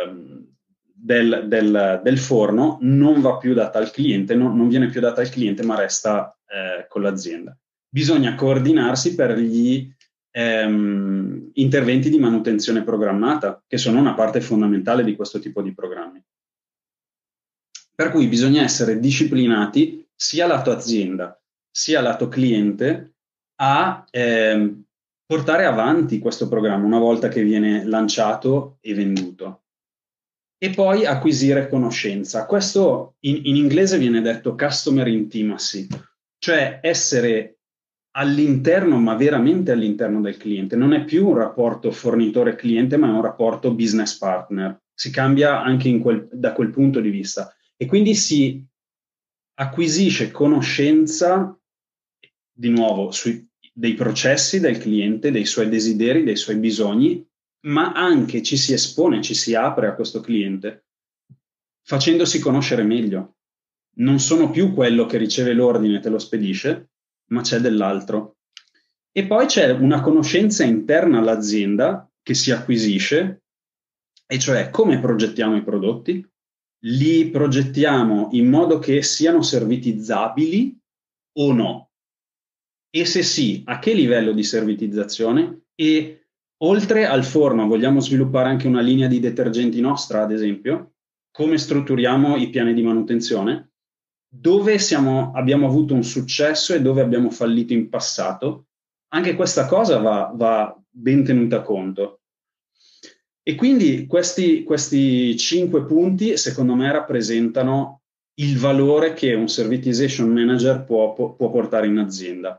del forno, non va più data al cliente, non viene più data al cliente, ma resta con l'azienda. Bisogna coordinarsi per gli interventi di manutenzione programmata, che sono una parte fondamentale di questo tipo di programmi. Per cui bisogna essere disciplinati sia lato azienda sia lato cliente a portare avanti questo programma una volta che viene lanciato e venduto. E poi acquisire conoscenza. Questo in inglese viene detto customer intimacy, cioè essere all'interno, ma veramente all'interno del cliente. Non è più un rapporto fornitore-cliente, ma è un rapporto business partner. Si cambia anche da quel punto di vista. E quindi si acquisisce conoscenza, di nuovo, dei processi del cliente, dei suoi desideri, dei suoi bisogni, ma anche ci si espone, ci si apre a questo cliente, facendosi conoscere meglio. Non sono più quello che riceve l'ordine e te lo spedisce, ma c'è dell'altro. E poi c'è una conoscenza interna all'azienda che si acquisisce, e cioè come progettiamo i prodotti, li progettiamo in modo che siano servitizzabili o no, e se sì, a che livello di servitizzazione, e oltre al forno vogliamo sviluppare anche una linea di detergenti nostra, ad esempio, come strutturiamo i piani di manutenzione, dove abbiamo avuto un successo e dove abbiamo fallito in passato. Anche questa cosa va ben tenuta conto. E quindi questi 5 punti, secondo me, rappresentano il valore che un servitization manager può portare in azienda.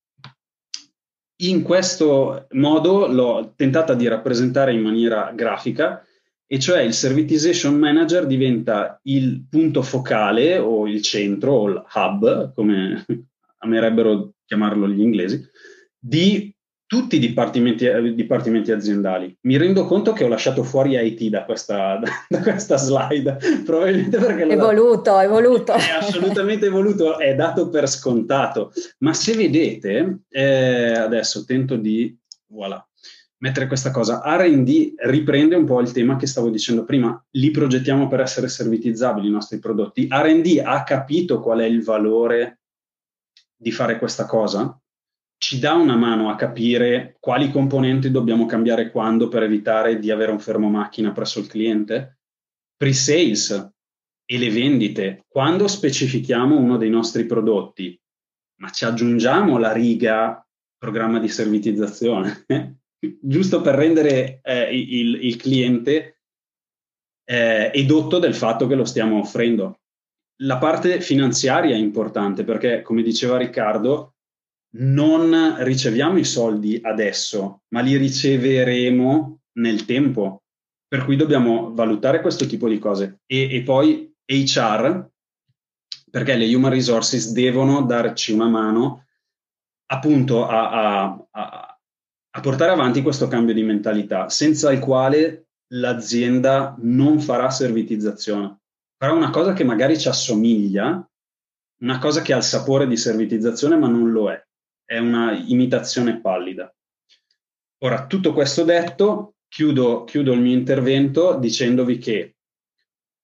In questo modo l'ho tentata di rappresentare in maniera grafica, e cioè il servitization manager diventa il punto focale o il centro o il hub, come amerebbero chiamarlo gli inglesi, di tutti i dipartimenti aziendali. Mi rendo conto che ho lasciato fuori IT da questa slide, probabilmente perché Evoluto. È assolutamente evoluto, è dato per scontato. Ma se vedete, adesso tento di mettere questa cosa. R&D riprende un po' il tema che stavo dicendo prima. Li progettiamo per essere servitizzabili i nostri prodotti. R&D ha capito qual è il valore di fare questa cosa? Ci dà una mano a capire quali componenti dobbiamo cambiare quando per evitare di avere un fermo macchina presso il cliente? Pre-sales e le vendite, quando specifichiamo uno dei nostri prodotti, ma ci aggiungiamo la riga programma di servitizzazione, giusto per rendere il cliente edotto del fatto che lo stiamo offrendo. La parte finanziaria è importante perché, come diceva Riccardo, non riceviamo i soldi adesso, ma li riceveremo nel tempo. Per cui dobbiamo valutare questo tipo di cose. E poi HR, perché le human resources devono darci una mano appunto a portare avanti questo cambio di mentalità, senza il quale l'azienda non farà servitizzazione. Farà una cosa che magari ci assomiglia, una cosa che ha il sapore di servitizzazione, ma non lo è. È una imitazione pallida. Ora, tutto questo detto, chiudo il mio intervento dicendovi che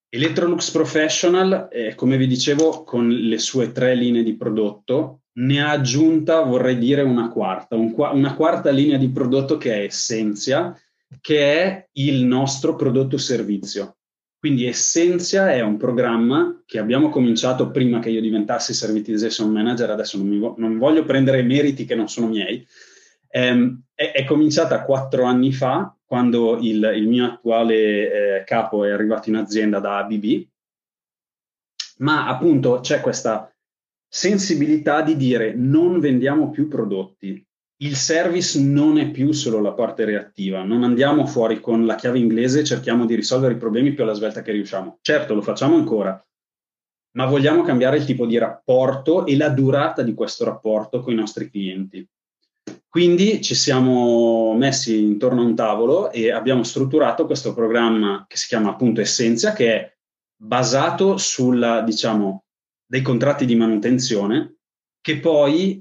Electrolux Professional, come vi dicevo, con le sue 3 linee di prodotto, ne ha aggiunta, vorrei dire, una quarta linea di prodotto che è Essentia, che è il nostro prodotto servizio. Quindi Essentia è un programma che abbiamo cominciato prima che io diventassi Servitization Manager, adesso non voglio prendere meriti che non sono miei. È cominciata 4 anni fa, quando il mio attuale capo è arrivato in azienda da ABB, ma appunto c'è questa sensibilità di dire non vendiamo più prodotti, il service non è più solo la parte reattiva, non andiamo fuori con la chiave inglese e cerchiamo di risolvere i problemi più alla svelta che riusciamo. Certo, lo facciamo ancora, ma vogliamo cambiare il tipo di rapporto e la durata di questo rapporto con i nostri clienti. Quindi ci siamo messi intorno a un tavolo e abbiamo strutturato questo programma che si chiama appunto Essentia, che è basato sulla, diciamo, dei contratti di manutenzione che poi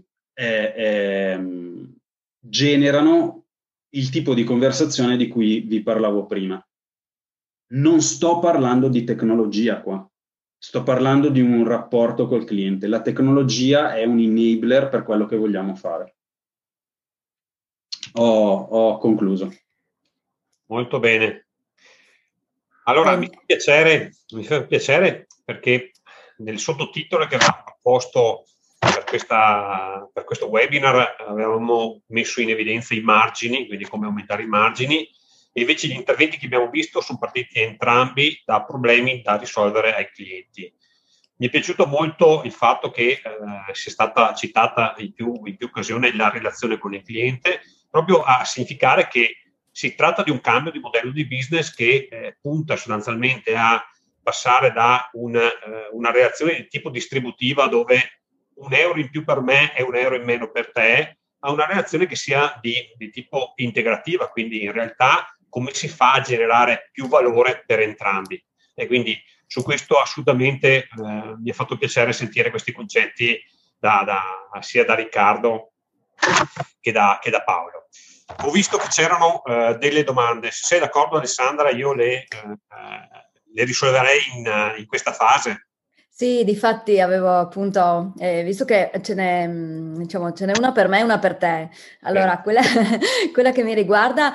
generano il tipo di conversazione di cui vi parlavo prima. Non sto parlando di tecnologia qua, sto parlando di un rapporto col cliente. La tecnologia è un enabler per quello che vogliamo fare. Ho concluso. Molto bene. Allora, mi fa piacere perché nel sottotitolo che avevamo proposto per questo webinar avevamo messo in evidenza i margini, quindi come aumentare i margini, e invece gli interventi che abbiamo visto sono partiti entrambi da problemi da risolvere ai clienti. Mi è piaciuto molto il fatto che sia stata citata in più occasioni la relazione con il cliente, proprio a significare che si tratta di un cambio di modello di business che punta sostanzialmente a passare da una relazione di tipo distributiva dove €1 in più per me e €1 in meno per te, a una relazione che sia di tipo integrativa, quindi in realtà come si fa a generare più valore per entrambi. E quindi su questo assolutamente mi ha fatto piacere sentire questi concetti sia da Riccardo che da Paolo. Ho visto che c'erano delle domande. Se sei d'accordo, Alessandra, io le risolverei in questa fase. Sì, difatti avevo appunto, visto che diciamo, ce n'è una per me e una per te. Allora, quella che mi riguarda,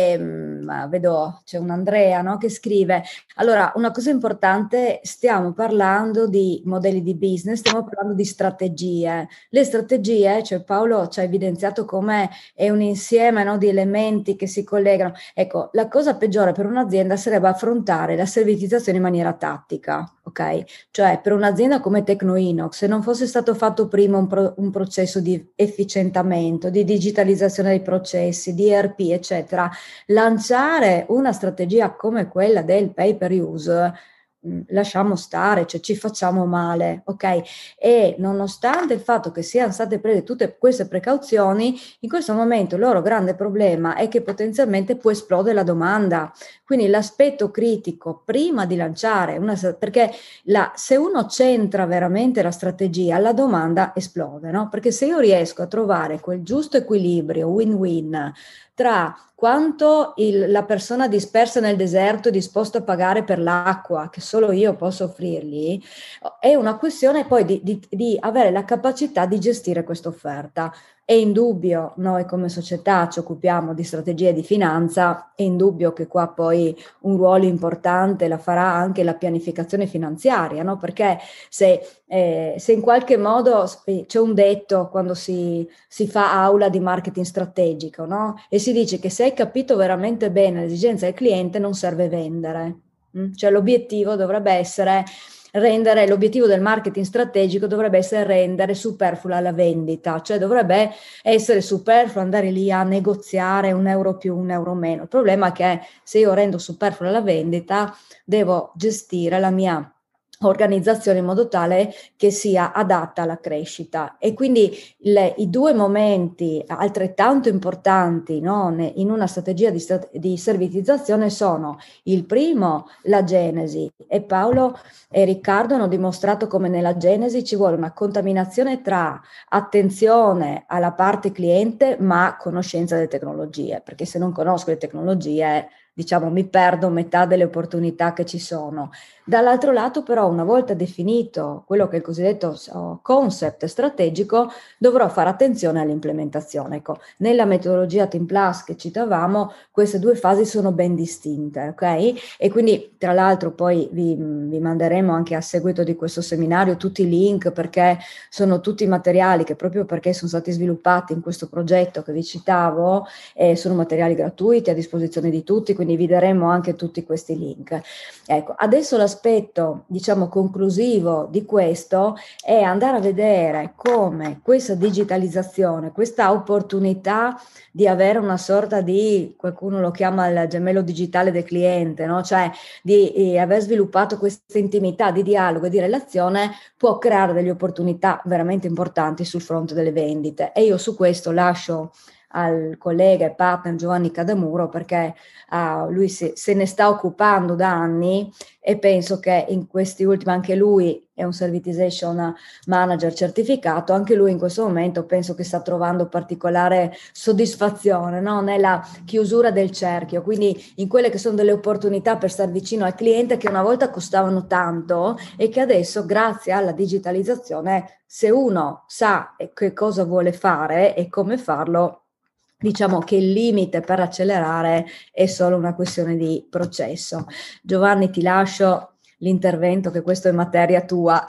vedo, c'è un Andrea, no, che scrive, allora, una cosa importante, stiamo parlando di modelli di business, stiamo parlando di strategie. Le strategie, cioè Paolo ci ha evidenziato come è un insieme, no, di elementi che si collegano. Ecco, la cosa peggiore per un'azienda sarebbe affrontare la servitizzazione in maniera tattica, ok? Cioè, per un'azienda come Tecnoinox, se non fosse stato fatto prima un processo di efficientamento, di digitalizzazione dei processi, di ERP, eccetera, lanciare una strategia come quella del pay per use, lasciamo stare, cioè ci facciamo male, ok? E nonostante il fatto che siano state prese tutte queste precauzioni, in questo momento il loro grande problema è che potenzialmente può esplodere la domanda. Quindi l'aspetto critico prima di lanciare perché se uno centra veramente la strategia, la domanda esplode, no? Perché se io riesco a trovare quel giusto equilibrio win-win tra quanto la persona dispersa nel deserto è disposta a pagare per l'acqua che solo io posso offrirgli, è una questione poi di avere la capacità di gestire questa offerta. È indubbio, noi come società ci occupiamo di strategie e di finanza, è indubbio che qua poi un ruolo importante la farà anche la pianificazione finanziaria, no? Perché se in qualche modo c'è un detto quando si fa aula di marketing strategico, no? E si dice che se hai capito veramente bene l'esigenza del cliente non serve vendere. Cioè l'obiettivo del marketing strategico dovrebbe essere rendere superflua la vendita, cioè dovrebbe essere superfluo andare lì a negoziare €1 più, €1 meno. Il problema è che se io rendo superflua la vendita, devo gestire la mia organizzazione in modo tale che sia adatta alla crescita, e quindi i due momenti altrettanto importanti, no, in una strategia di servitizzazione sono: il primo, la genesi, e Paolo e Riccardo hanno dimostrato come nella genesi ci vuole una contaminazione tra attenzione alla parte cliente ma conoscenza delle tecnologie, perché se non conosco le tecnologie diciamo, mi perdo metà delle opportunità che ci sono. Dall'altro lato, però, una volta definito quello che è il cosiddetto concept strategico, dovrò fare attenzione all'implementazione. Ecco, nella metodologia Team Plus che citavamo, queste due fasi sono ben distinte, ok? E quindi, tra l'altro, poi vi manderemo anche a seguito di questo seminario tutti i link, perché sono tutti materiali che, proprio perché sono stati sviluppati in questo progetto che vi citavo, sono materiali gratuiti a disposizione di tutti, quindi vi daremo anche tutti questi link. Ecco, adesso l'aspetto, diciamo, conclusivo di questo è andare a vedere come questa digitalizzazione, questa opportunità di avere una sorta di, qualcuno lo chiama il gemello digitale del cliente, no? Cioè di aver sviluppato questa intimità di dialogo e di relazione, può creare delle opportunità veramente importanti sul fronte delle vendite. E io su questo lascio al collega e partner Giovanni Cadamuro, perché lui se ne sta occupando da anni, e penso che in questi ultimi, anche lui è un servitization manager certificato, anche lui in questo momento penso che sta trovando particolare soddisfazione, no? Nella chiusura del cerchio, quindi in quelle che sono delle opportunità per stare vicino al cliente che una volta costavano tanto e che adesso, grazie alla digitalizzazione, se uno sa che cosa vuole fare e come farlo, diciamo che il limite per accelerare è solo una questione di processo. Giovanni, ti lascio l'intervento, che questo è materia tua.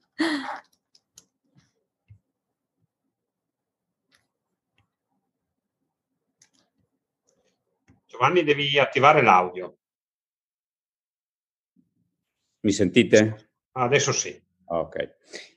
Giovanni, devi attivare l'audio. Mi sentite? Adesso sì. Ok.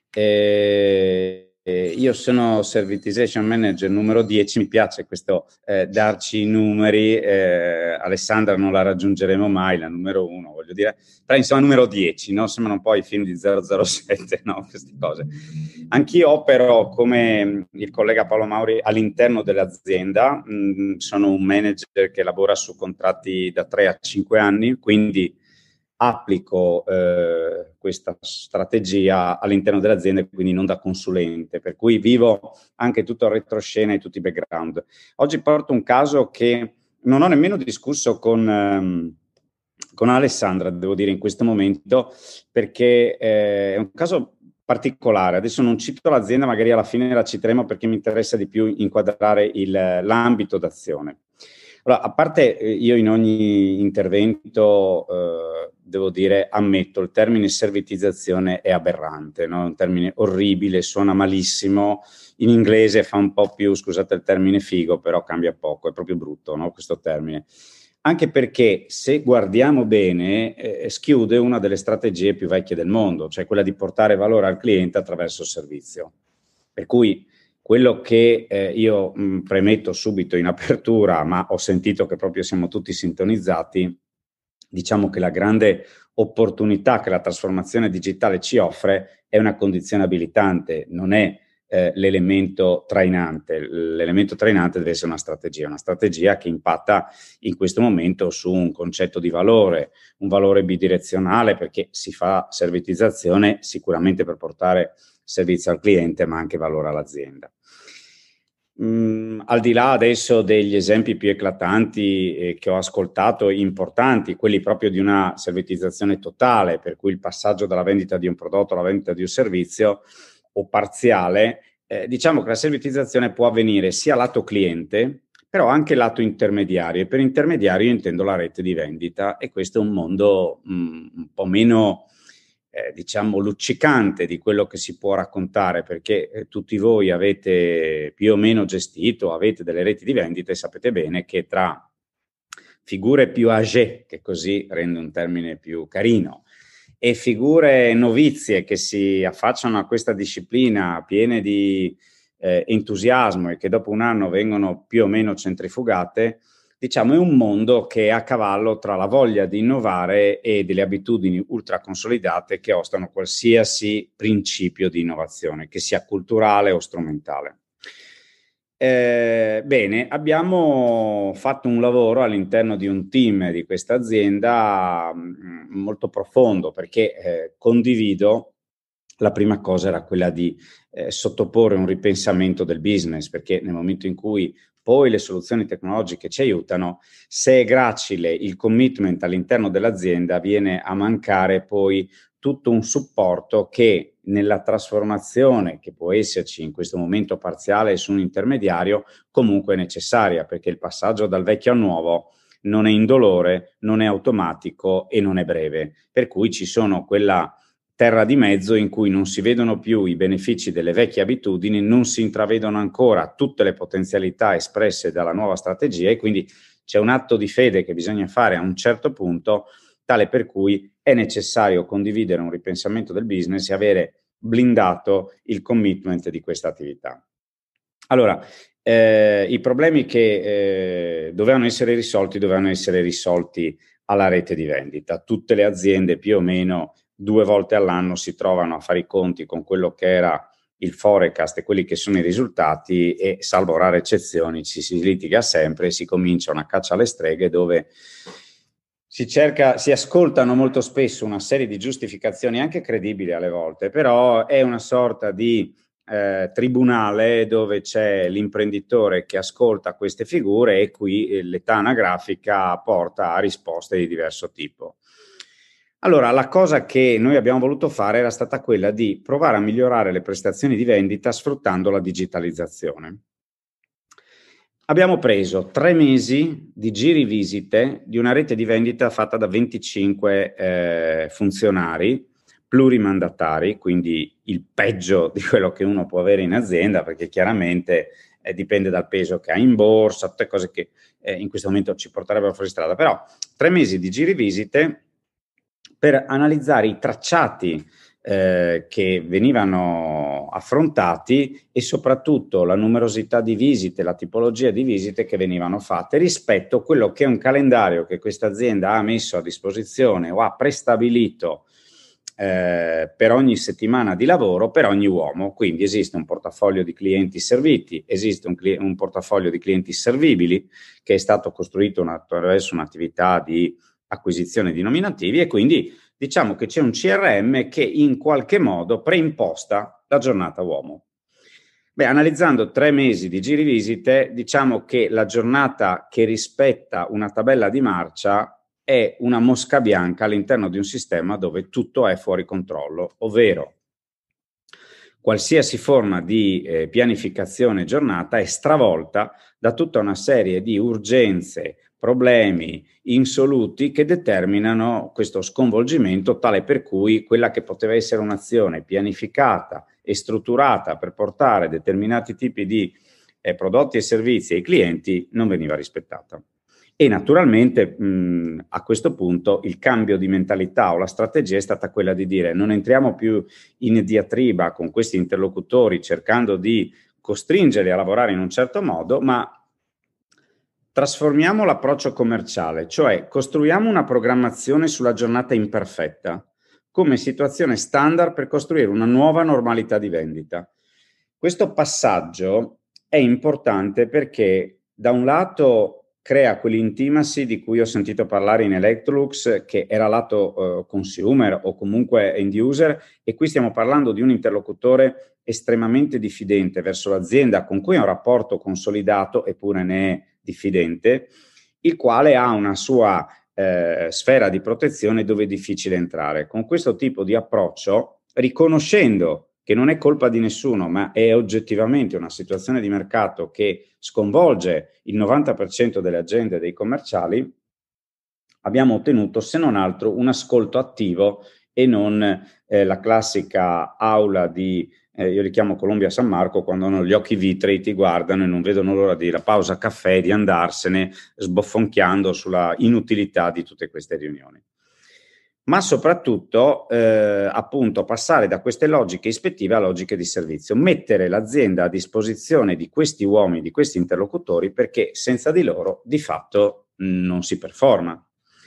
Io sono Servitization Manager numero 10, mi piace questo darci i numeri, Alessandra non la raggiungeremo mai, la numero 1, voglio dire, però insomma numero 10, no? Sembrano un po' i film di 007, no? Queste cose. Anch'io opero come il collega Paolo Mauri all'interno dell'azienda, sono un manager che lavora su contratti da 3 a 5 anni, quindi applico questa strategia all'interno dell'azienda, quindi non da consulente, per cui vivo anche tutto il retroscena e tutti i background. Oggi porto un caso che non ho nemmeno discusso con Alessandra, devo dire, in questo momento, perché è un caso particolare. Adesso non cito l'azienda, magari alla fine la citeremo perché mi interessa di più inquadrare l'ambito d'azione. Allora, a parte io in ogni intervento, devo dire, ammetto, il termine servitizzazione è aberrante, no? È un termine orribile, suona malissimo, in inglese fa un po' più, scusate il termine, figo, però cambia poco, è proprio brutto, no? Questo termine. Anche perché, se guardiamo bene, schiude una delle strategie più vecchie del mondo, cioè quella di portare valore al cliente attraverso il servizio. Per cui quello che io premetto subito in apertura, ma ho sentito che proprio siamo tutti sintonizzati, diciamo che la grande opportunità che la trasformazione digitale ci offre è una condizione abilitante, non è l'elemento trainante. L'elemento trainante deve essere una strategia che impatta in questo momento su un concetto di valore, un valore bidirezionale, perché si fa servitizzazione sicuramente per portare servizio al cliente, ma anche valore all'azienda. Al di là adesso degli esempi più eclatanti che ho ascoltato, importanti, quelli proprio di una servitizzazione totale, per cui il passaggio dalla vendita di un prodotto alla vendita di un servizio o parziale, diciamo che la servitizzazione può avvenire sia lato cliente, però anche lato intermediario, e per intermediario io intendo la rete di vendita, e questo è un mondo un po' meno diciamo luccicante di quello che si può raccontare, perché tutti voi avete più o meno gestito, avete delle reti di vendita e sapete bene che tra figure più âgé, che così rende un termine più carino, e figure novizie che si affacciano a questa disciplina piene di entusiasmo e che dopo un anno vengono più o meno centrifugate, diciamo è un mondo che è a cavallo tra la voglia di innovare e delle abitudini ultra consolidate che ostano qualsiasi principio di innovazione, che sia culturale o strumentale. Bene, abbiamo fatto un lavoro all'interno di un team di questa azienda molto profondo, perché condivido. La prima cosa era quella di sottoporre un ripensamento del business, perché nel momento in cui poi le soluzioni tecnologiche ci aiutano, se è gracile il commitment all'interno dell'azienda viene a mancare poi tutto un supporto che nella trasformazione che può esserci in questo momento parziale su un intermediario comunque è necessaria, perché il passaggio dal vecchio al nuovo non è indolore, non è automatico e non è breve, per cui ci sono quella terra di mezzo in cui non si vedono più i benefici delle vecchie abitudini, non si intravedono ancora tutte le potenzialità espresse dalla nuova strategia e quindi c'è un atto di fede che bisogna fare a un certo punto, tale per cui è necessario condividere un ripensamento del business e avere blindato il commitment di questa attività. Allora, i problemi che dovevano essere risolti alla rete di vendita. Tutte le aziende più o meno 2 volte all'anno si trovano a fare i conti con quello che era il forecast e quelli che sono i risultati e, salvo rare eccezioni, si litiga sempre e si comincia una caccia alle streghe dove si ascoltano molto spesso una serie di giustificazioni anche credibili alle volte, però è una sorta di tribunale dove c'è l'imprenditore che ascolta queste figure e qui l'età anagrafica porta a risposte di diverso tipo. Allora, la cosa che noi abbiamo voluto fare era stata quella di provare a migliorare le prestazioni di vendita sfruttando la digitalizzazione. Abbiamo preso 3 mesi di giri visite di una rete di vendita fatta da 25 funzionari plurimandatari, quindi il peggio di quello che uno può avere in azienda, perché chiaramente dipende dal peso che ha in borsa, tutte cose che in questo momento ci porterebbero fuori strada, però 3 mesi di giri visite per analizzare i tracciati che venivano affrontati e soprattutto la numerosità di visite, la tipologia di visite che venivano fatte rispetto a quello che è un calendario che questa azienda ha messo a disposizione o ha prestabilito per ogni settimana di lavoro per ogni uomo. Quindi esiste un portafoglio di clienti serviti, esiste un portafoglio di clienti servibili che è stato costruito attraverso un'attività di acquisizione di nominativi e quindi diciamo che c'è un CRM che in qualche modo preimposta la giornata uomo. Beh, analizzando 3 mesi di giri visite, diciamo che la giornata che rispetta una tabella di marcia è una mosca bianca all'interno di un sistema dove tutto è fuori controllo, ovvero qualsiasi forma di pianificazione giornata è stravolta da tutta una serie di urgenze, problemi insoluti che determinano questo sconvolgimento tale per cui quella che poteva essere un'azione pianificata e strutturata per portare determinati tipi di prodotti e servizi ai clienti non veniva rispettata. E naturalmente a questo punto il cambio di mentalità o la strategia è stata quella di dire non entriamo più in diatriba con questi interlocutori cercando di costringerli a lavorare in un certo modo, ma trasformiamo l'approccio commerciale, cioè costruiamo una programmazione sulla giornata imperfetta come situazione standard per costruire una nuova normalità di vendita. Questo passaggio è importante perché da un lato crea quell'intimacy di cui ho sentito parlare in Electrolux, che era lato consumer o comunque end user, e qui stiamo parlando di un interlocutore estremamente diffidente verso l'azienda con cui ha un rapporto consolidato, eppure ne è diffidente, il quale ha una sua sfera di protezione dove è difficile entrare. Con questo tipo di approccio, riconoscendo che non è colpa di nessuno, ma è oggettivamente una situazione di mercato che sconvolge il 90% delle aziende dei commerciali, abbiamo ottenuto, se non altro, un ascolto attivo e non la classica aula di, io li chiamo Colombia San Marco, quando hanno gli occhi vitrei, ti guardano e non vedono l'ora di la pausa caffè, di andarsene, sboffonchiando sulla inutilità di tutte queste riunioni. Ma soprattutto appunto passare da queste logiche ispettive a logiche di servizio, mettere l'azienda a disposizione di questi uomini, di questi interlocutori, perché senza di loro di fatto non si performa.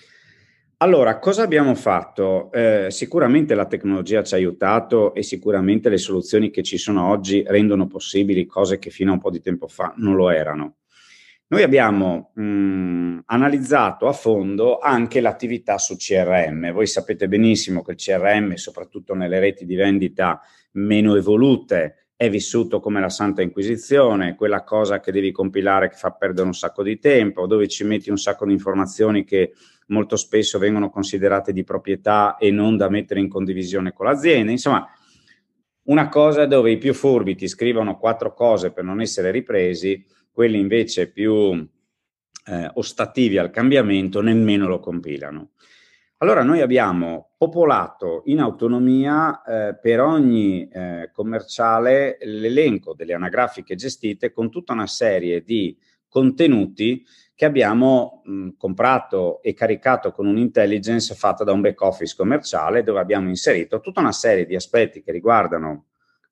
Allora, cosa abbiamo fatto? Sicuramente la tecnologia ci ha aiutato e sicuramente le soluzioni che ci sono oggi rendono possibili cose che fino a un po' di tempo fa non lo erano. Noi abbiamo analizzato a fondo anche l'attività su CRM. Voi sapete benissimo che il CRM, soprattutto nelle reti di vendita meno evolute, è vissuto come la Santa Inquisizione, quella cosa che devi compilare che fa perdere un sacco di tempo, dove ci metti un sacco di informazioni che molto spesso vengono considerate di proprietà e non da mettere in condivisione con l'azienda. Insomma, una cosa dove i più furbi ti scrivono 4 cose per non essere ripresi, quelli invece più ostativi al cambiamento nemmeno lo compilano. Allora noi abbiamo popolato in autonomia per ogni commerciale l'elenco delle anagrafiche gestite con tutta una serie di contenuti che abbiamo comprato e caricato con un'intelligence fatta da un back office commerciale, dove abbiamo inserito tutta una serie di aspetti che riguardano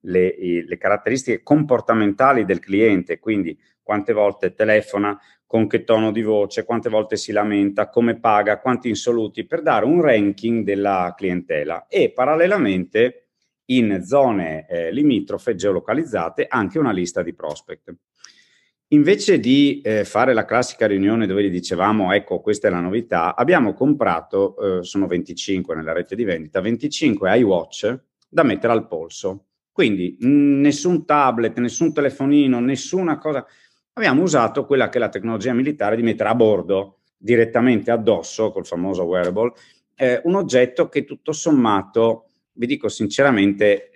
le caratteristiche comportamentali del cliente, quindi quante volte telefona, con che tono di voce, quante volte si lamenta, come paga, quanti insoluti, per dare un ranking della clientela e parallelamente in zone limitrofe geolocalizzate anche una lista di prospect. Invece di fare la classica riunione dove gli dicevamo ecco questa è la novità, abbiamo comprato, sono 25 nella rete di vendita, 25 iWatch da mettere al polso. Quindi nessun tablet, nessun telefonino, nessuna cosa. Abbiamo usato quella che è la tecnologia militare di mettere a bordo, direttamente addosso, col famoso wearable, un oggetto che tutto sommato, vi dico sinceramente,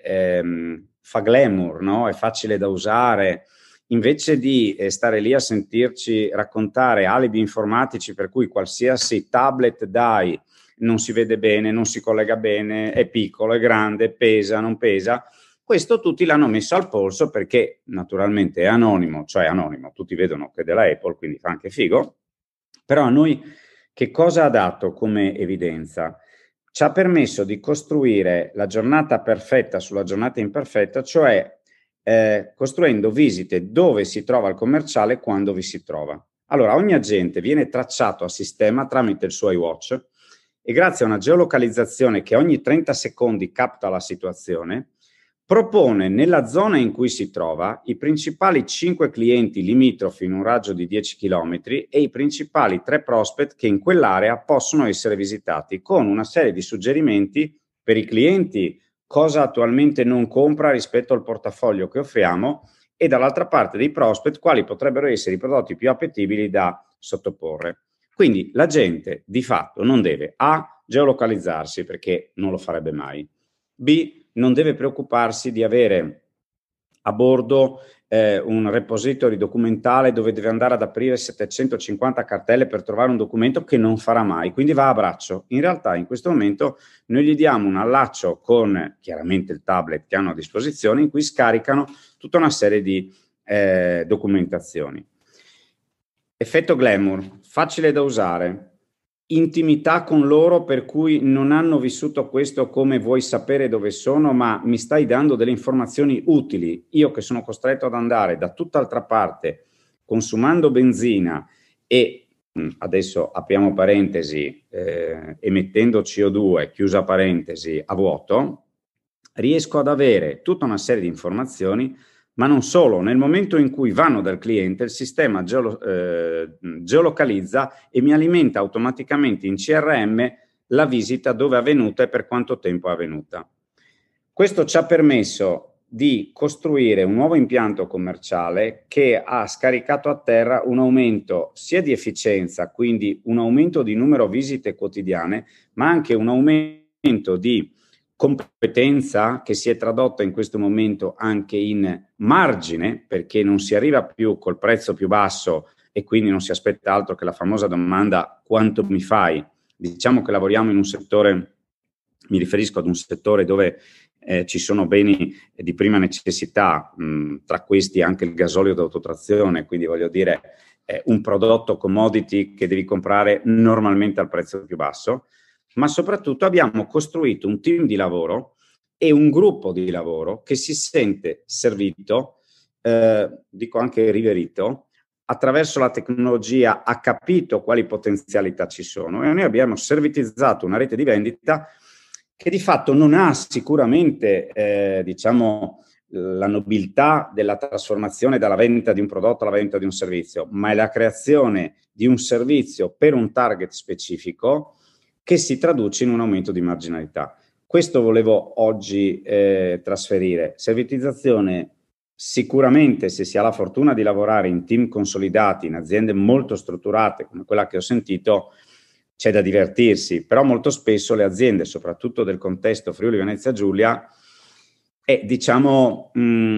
fa glamour, no? È facile da usare. Invece di stare lì a sentirci raccontare alibi informatici per cui qualsiasi tablet dai non si vede bene, non si collega bene, è piccolo, è grande, pesa, non pesa, questo tutti l'hanno messo al polso perché naturalmente è anonimo, cioè anonimo, tutti vedono che è della Apple, quindi fa anche figo, però a noi che cosa ha dato come evidenza? Ci ha permesso di costruire la giornata perfetta sulla giornata imperfetta, cioè costruendo visite dove si trova il commerciale quando vi si trova. Allora ogni agente viene tracciato a sistema tramite il suo iWatch e grazie a una geolocalizzazione che ogni 30 secondi capta la situazione, propone nella zona in cui si trova i principali 5 clienti limitrofi in un raggio di 10 km e i principali 3 prospect che in quell'area possono essere visitati con una serie di suggerimenti per i clienti cosa attualmente non compra rispetto al portafoglio che offriamo e dall'altra parte dei prospect quali potrebbero essere i prodotti più appetibili da sottoporre. Quindi la gente di fatto non deve A, geolocalizzarsi perché non lo farebbe mai, B, non deve preoccuparsi di avere a bordo un repository documentale dove deve andare ad aprire 750 cartelle per trovare un documento che non farà mai, quindi va a braccio. In realtà in questo momento noi gli diamo un allaccio con chiaramente il tablet che hanno a disposizione in cui scaricano tutta una serie di documentazioni. Effetto glamour, facile da usare, intimità con loro per cui non hanno vissuto questo come vuoi sapere dove sono, ma mi stai dando delle informazioni utili. Io che sono costretto ad andare da tutt'altra parte consumando benzina e adesso apriamo parentesi emettendo CO2 chiusa parentesi a vuoto, riesco ad avere tutta una serie di informazioni. Ma non solo, nel momento in cui vanno dal cliente il sistema geolocalizza e mi alimenta automaticamente in CRM la visita dove è avvenuta e per quanto tempo è avvenuta. Questo ci ha permesso di costruire un nuovo impianto commerciale che ha scaricato a terra un aumento sia di efficienza, quindi un aumento di numero visite quotidiane, ma anche un aumento di competenza che si è tradotta in questo momento anche in margine, perché non si arriva più col prezzo più basso e quindi non si aspetta altro che la famosa domanda quanto mi fai? Diciamo che lavoriamo in un settore, mi riferisco ad un settore dove ci sono beni di prima necessità, tra questi anche il gasolio d'autotrazione, quindi voglio dire un prodotto commodity che devi comprare normalmente al prezzo più basso, ma soprattutto abbiamo costruito un team di lavoro e un gruppo di lavoro che si sente servito, dico anche riverito, attraverso la tecnologia ha capito quali potenzialità ci sono e noi abbiamo servitizzato una rete di vendita che di fatto non ha sicuramente, diciamo, la nobiltà della trasformazione dalla vendita di un prodotto alla vendita di un servizio, ma è la creazione di un servizio per un target specifico che si traduce in un aumento di marginalità. Questo volevo oggi trasferire. Servitizzazione Sicuramente se si ha la fortuna di lavorare in team consolidati, in aziende molto strutturate come quella che ho sentito, c'è da divertirsi, però molto spesso le aziende, soprattutto del contesto Friuli Venezia Giulia, sono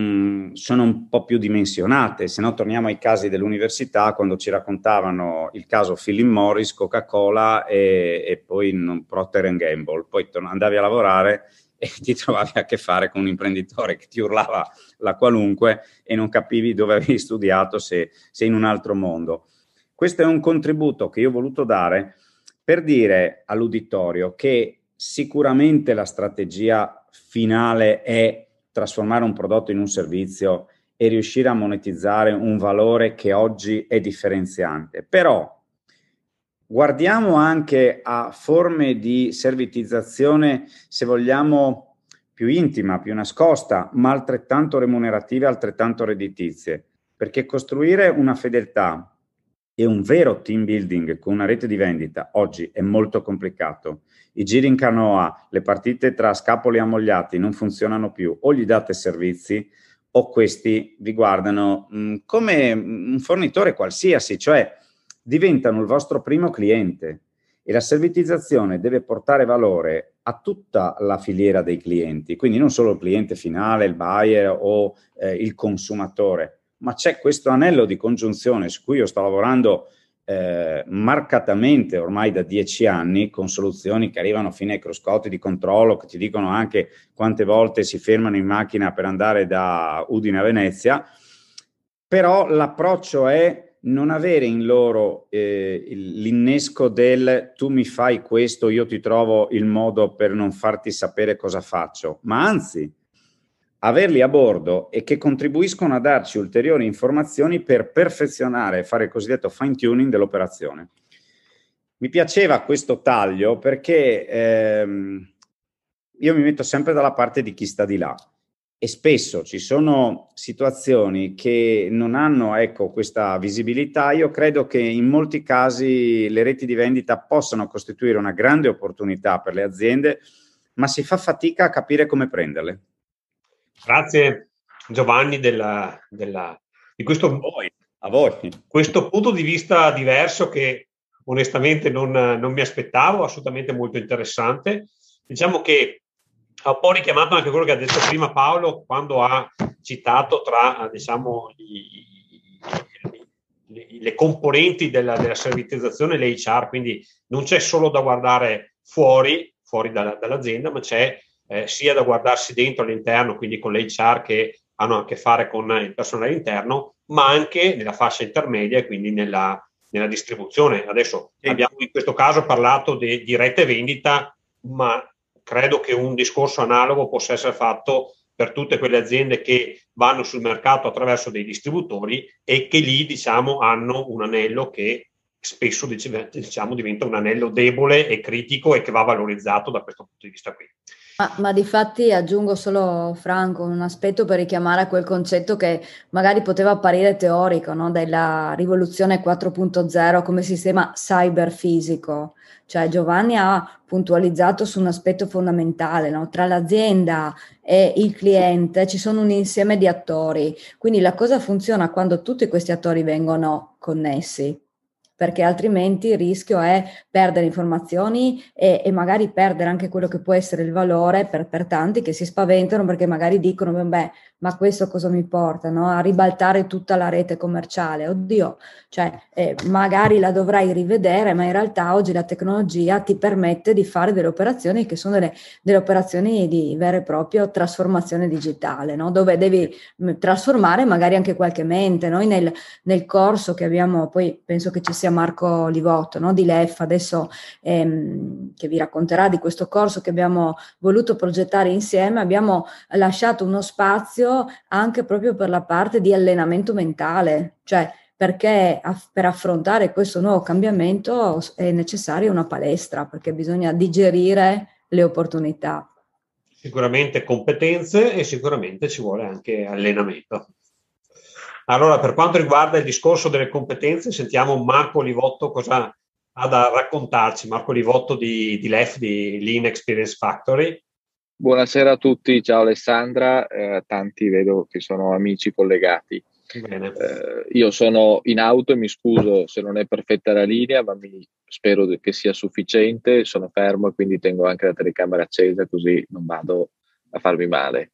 un po' più dimensionate. Se no torniamo ai casi dell'università, quando ci raccontavano il caso Philip Morris, Coca-Cola e poi Procter & Gamble, poi andavi a lavorare e ti trovavi a che fare con un imprenditore che ti urlava la qualunque e non capivi dove avevi studiato, se in un altro mondo. Questo è un contributo che io ho voluto dare per dire all'uditorio che sicuramente la strategia finale è trasformare un prodotto in un servizio e riuscire a monetizzare un valore che oggi è differenziante. Però guardiamo anche a forme di servitizzazione, se vogliamo, più intima, più nascosta, ma altrettanto remunerative, altrettanto redditizie, perché costruire una fedeltà e un vero team building con una rete di vendita oggi è molto complicato. I giri in canoa, le partite tra scapoli ammogliati non funzionano più, o gli date servizi o questi vi guardano come un fornitore qualsiasi, cioè diventano il vostro primo cliente e la servitizzazione deve portare valore a tutta la filiera dei clienti, quindi non solo il cliente finale, il buyer o il consumatore, ma c'è questo anello di congiunzione su cui io sto lavorando marcatamente ormai da 10 anni, con soluzioni che arrivano fino ai cruscotti di controllo, che ti dicono anche quante volte si fermano in macchina per andare da Udine a Venezia, però l'approccio è non avere in loro l'innesco del tu mi fai questo, io ti trovo il modo per non farti sapere cosa faccio, ma anzi averli a bordo e che contribuiscono a darci ulteriori informazioni per perfezionare e fare il cosiddetto fine tuning dell'operazione. Mi piaceva questo taglio perché io mi metto sempre dalla parte di chi sta di là e spesso ci sono situazioni che non hanno, ecco, questa visibilità. Io credo che in molti casi le reti di vendita possano costituire una grande opportunità per le aziende, ma si fa fatica a capire come prenderle. Grazie Giovanni di questo, a voi. Questo punto di vista diverso che onestamente non mi aspettavo, assolutamente molto interessante. Diciamo che ha un po' richiamato anche quello che ha detto prima Paolo quando ha citato tra diciamo le componenti della servitizzazione, le HR, quindi non c'è solo da guardare fuori dall'azienda, ma c'è sia da guardarsi dentro all'interno, quindi con le HR che hanno a che fare con il personale interno, ma anche nella fascia intermedia e quindi nella distribuzione. Adesso abbiamo in questo caso parlato di rete vendita, ma credo che un discorso analogo possa essere fatto per tutte quelle aziende che vanno sul mercato attraverso dei distributori e che lì diciamo hanno un anello che spesso diciamo diventa un anello debole e critico e che va valorizzato da questo punto di vista qui. Ma difatti aggiungo solo, Franco, un aspetto per richiamare a quel concetto che magari poteva apparire teorico, no? Della rivoluzione 4.0 come sistema cyberfisico. Cioè Giovanni ha puntualizzato su un aspetto fondamentale, no? Tra l'azienda e il cliente ci sono un insieme di attori, quindi la cosa funziona quando tutti questi attori vengono connessi, perché altrimenti il rischio è perdere informazioni e magari perdere anche quello che può essere il valore per tanti che si spaventano perché magari dicono vabbè, ma questo cosa mi porta, no? A ribaltare tutta la rete commerciale. Oddio, cioè magari la dovrai rivedere, ma in realtà oggi la tecnologia ti permette di fare delle operazioni che sono delle operazioni di vera e propria trasformazione digitale, no? Dove devi trasformare magari anche qualche mente. Noi nel corso che abbiamo, poi penso che ci sia Marco Livotto, no? Di LEF adesso, che vi racconterà di questo corso che abbiamo voluto progettare insieme, abbiamo lasciato uno spazio anche proprio per la parte di allenamento mentale, cioè perché per affrontare questo nuovo cambiamento è necessaria una palestra, perché bisogna digerire le opportunità. Sicuramente competenze e sicuramente ci vuole anche allenamento. Allora, per quanto riguarda il discorso delle competenze, sentiamo Marco Livotto cosa ha da raccontarci. Marco Livotto di LEF, di Lean Experience Factory. Buonasera a tutti, ciao Alessandra, tanti vedo che sono amici collegati. Bene. Io sono in auto e mi scuso se non è perfetta la linea, ma spero che sia sufficiente. Sono fermo e quindi tengo anche la telecamera accesa, così non vado a farmi male.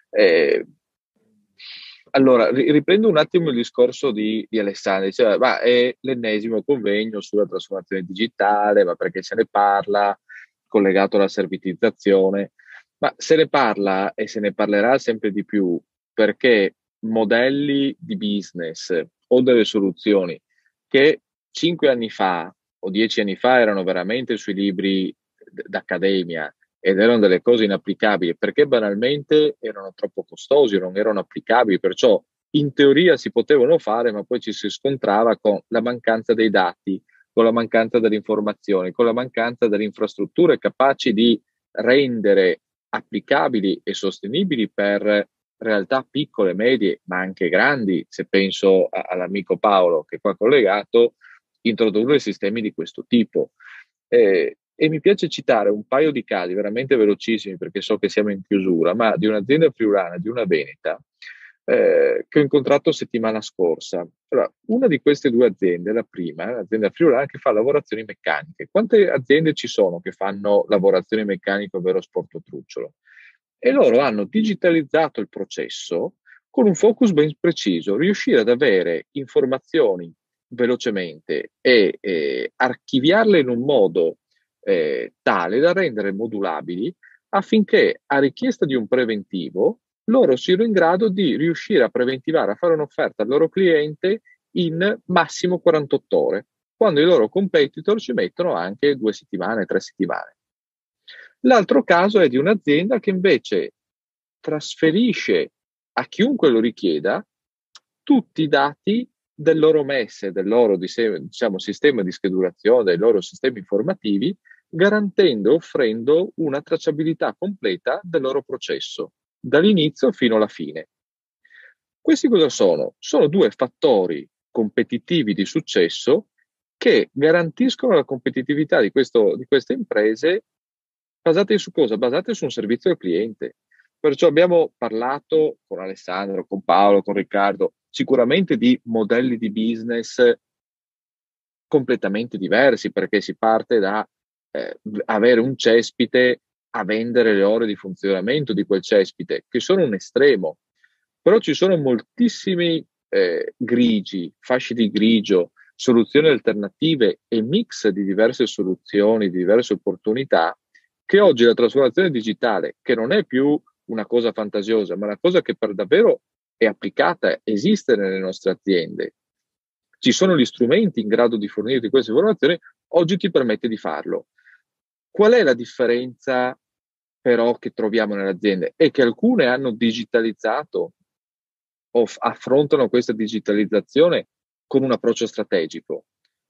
Allora, riprendo un attimo il discorso di Alessandra. Diceva, ma è l'ennesimo convegno sulla trasformazione digitale, ma perché se ne parla, collegato alla servitizzazione. Ma se ne parla e se ne parlerà sempre di più perché modelli di business o delle soluzioni che 5 anni fa o 10 anni fa erano veramente sui libri d'accademia ed erano delle cose inapplicabili perché banalmente erano troppo costosi, non erano applicabili, perciò in teoria si potevano fare, ma poi ci si scontrava con la mancanza dei dati, con la mancanza delle informazioni, con la mancanza delle infrastrutture capaci di rendere applicabili e sostenibili per realtà piccole, medie, ma anche grandi. Se penso all'amico Paolo che è qua collegato, introdurre sistemi di questo tipo. E mi piace citare un paio di casi veramente velocissimi perché so che siamo in chiusura, ma di un'azienda friulana, di una veneta, che ho incontrato settimana scorsa. Allora, una di queste due aziende, la prima, è un'azienda friulana che fa lavorazioni meccaniche. Quante aziende ci sono che fanno lavorazioni meccaniche, ovvero sporto trucciolo? E loro hanno digitalizzato il processo con un focus ben preciso, riuscire ad avere informazioni velocemente e archiviarle in un modo tale da rendere modulabili affinché a richiesta di un preventivo loro siano in grado di riuscire a preventivare, a fare un'offerta al loro cliente in massimo 48 ore, quando i loro competitor ci mettono anche 2 settimane, 3 settimane. L'altro caso è di un'azienda che invece trasferisce a chiunque lo richieda tutti i dati del loro MES, del loro diciamo, sistema di schedulazione, dei loro sistemi informativi, garantendo e offrendo una tracciabilità completa del loro processo, dall'inizio fino alla fine. Questi cosa sono? Sono 2 fattori competitivi di successo che garantiscono la competitività di queste imprese basate su cosa? Basate su un servizio al cliente. Perciò abbiamo parlato con Alessandro, con Paolo, con Riccardo, sicuramente di modelli di business completamente diversi, perché si parte da avere un cespite a vendere le ore di funzionamento di quel cespite, che sono un estremo. Però ci sono moltissimi grigi, fasci di grigio, soluzioni alternative e mix di diverse soluzioni, di diverse opportunità, che oggi la trasformazione digitale, che non è più una cosa fantasiosa, ma una cosa che per davvero è applicata, esiste nelle nostre aziende. Ci sono gli strumenti in grado di fornirti queste informazioni, oggi ti permette di farlo. Qual è la differenza però che troviamo nelle aziende? È che alcune hanno digitalizzato o affrontano questa digitalizzazione con un approccio strategico.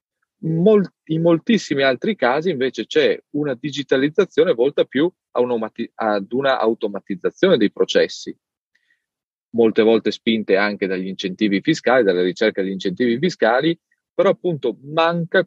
In moltissimi altri casi invece c'è una digitalizzazione volta più ad una automatizzazione dei processi, molte volte spinte anche dagli incentivi fiscali, dalla ricerca di incentivi fiscali, però appunto manca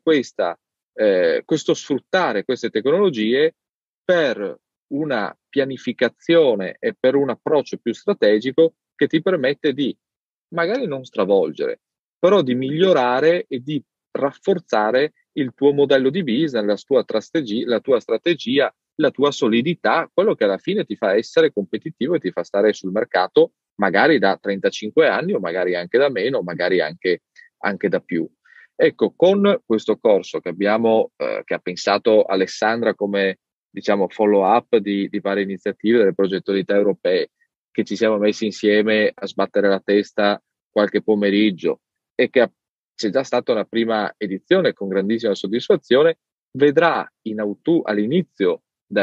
questo sfruttare queste tecnologie per una pianificazione e per un approccio più strategico che ti permette di magari non stravolgere, però di migliorare e di rafforzare il tuo modello di business, la tua strategia, la tua solidità, quello che alla fine ti fa essere competitivo e ti fa stare sul mercato magari da 35 anni o magari anche da meno, magari anche da più. Ecco, con questo corso che che ha pensato Alessandra come, diciamo, follow up di varie iniziative delle progettualità europee, che ci siamo messi insieme a sbattere la testa qualche pomeriggio e che c'è già stata una prima edizione con grandissima soddisfazione, vedrà all'inizio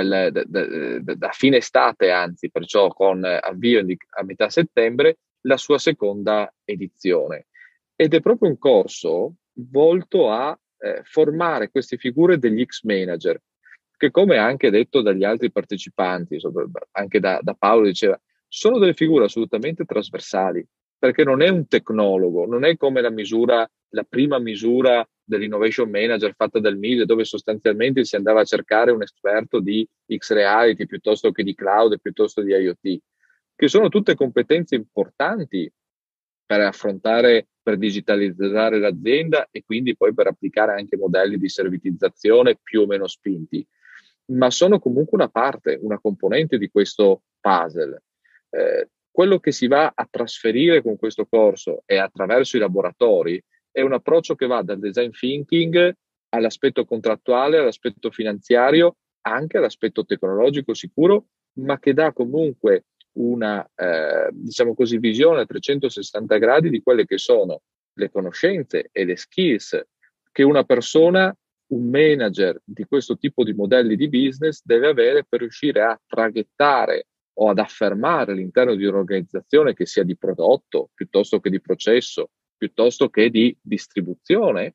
da fine estate, anzi, perciò con avvio a metà settembre, la sua seconda edizione. Ed è proprio un corso volto a formare queste figure degli X-Manager, che come anche detto dagli altri partecipanti, anche da Paolo diceva, sono delle figure assolutamente trasversali, perché non è un tecnologo, non è come la misura la prima misura dell'innovation manager fatta dal MISE, dove sostanzialmente si andava a cercare un esperto di X-Reality piuttosto che di cloud, piuttosto di IoT, che sono tutte competenze importanti per affrontare, per digitalizzare l'azienda e quindi poi per applicare anche modelli di servitizzazione più o meno spinti, ma sono comunque una parte, una componente di questo puzzle. Quello che si va a trasferire con questo corso e attraverso i laboratori è un approccio che va dal design thinking all'aspetto contrattuale, all'aspetto finanziario, anche all'aspetto tecnologico sicuro, ma che dà comunque una, diciamo così, visione a 360 gradi di quelle che sono le conoscenze e le skills che una persona, un manager di questo tipo di modelli di business deve avere per riuscire a traghettare o ad affermare all'interno di un'organizzazione, che sia di prodotto, piuttosto che di processo, piuttosto che di distribuzione,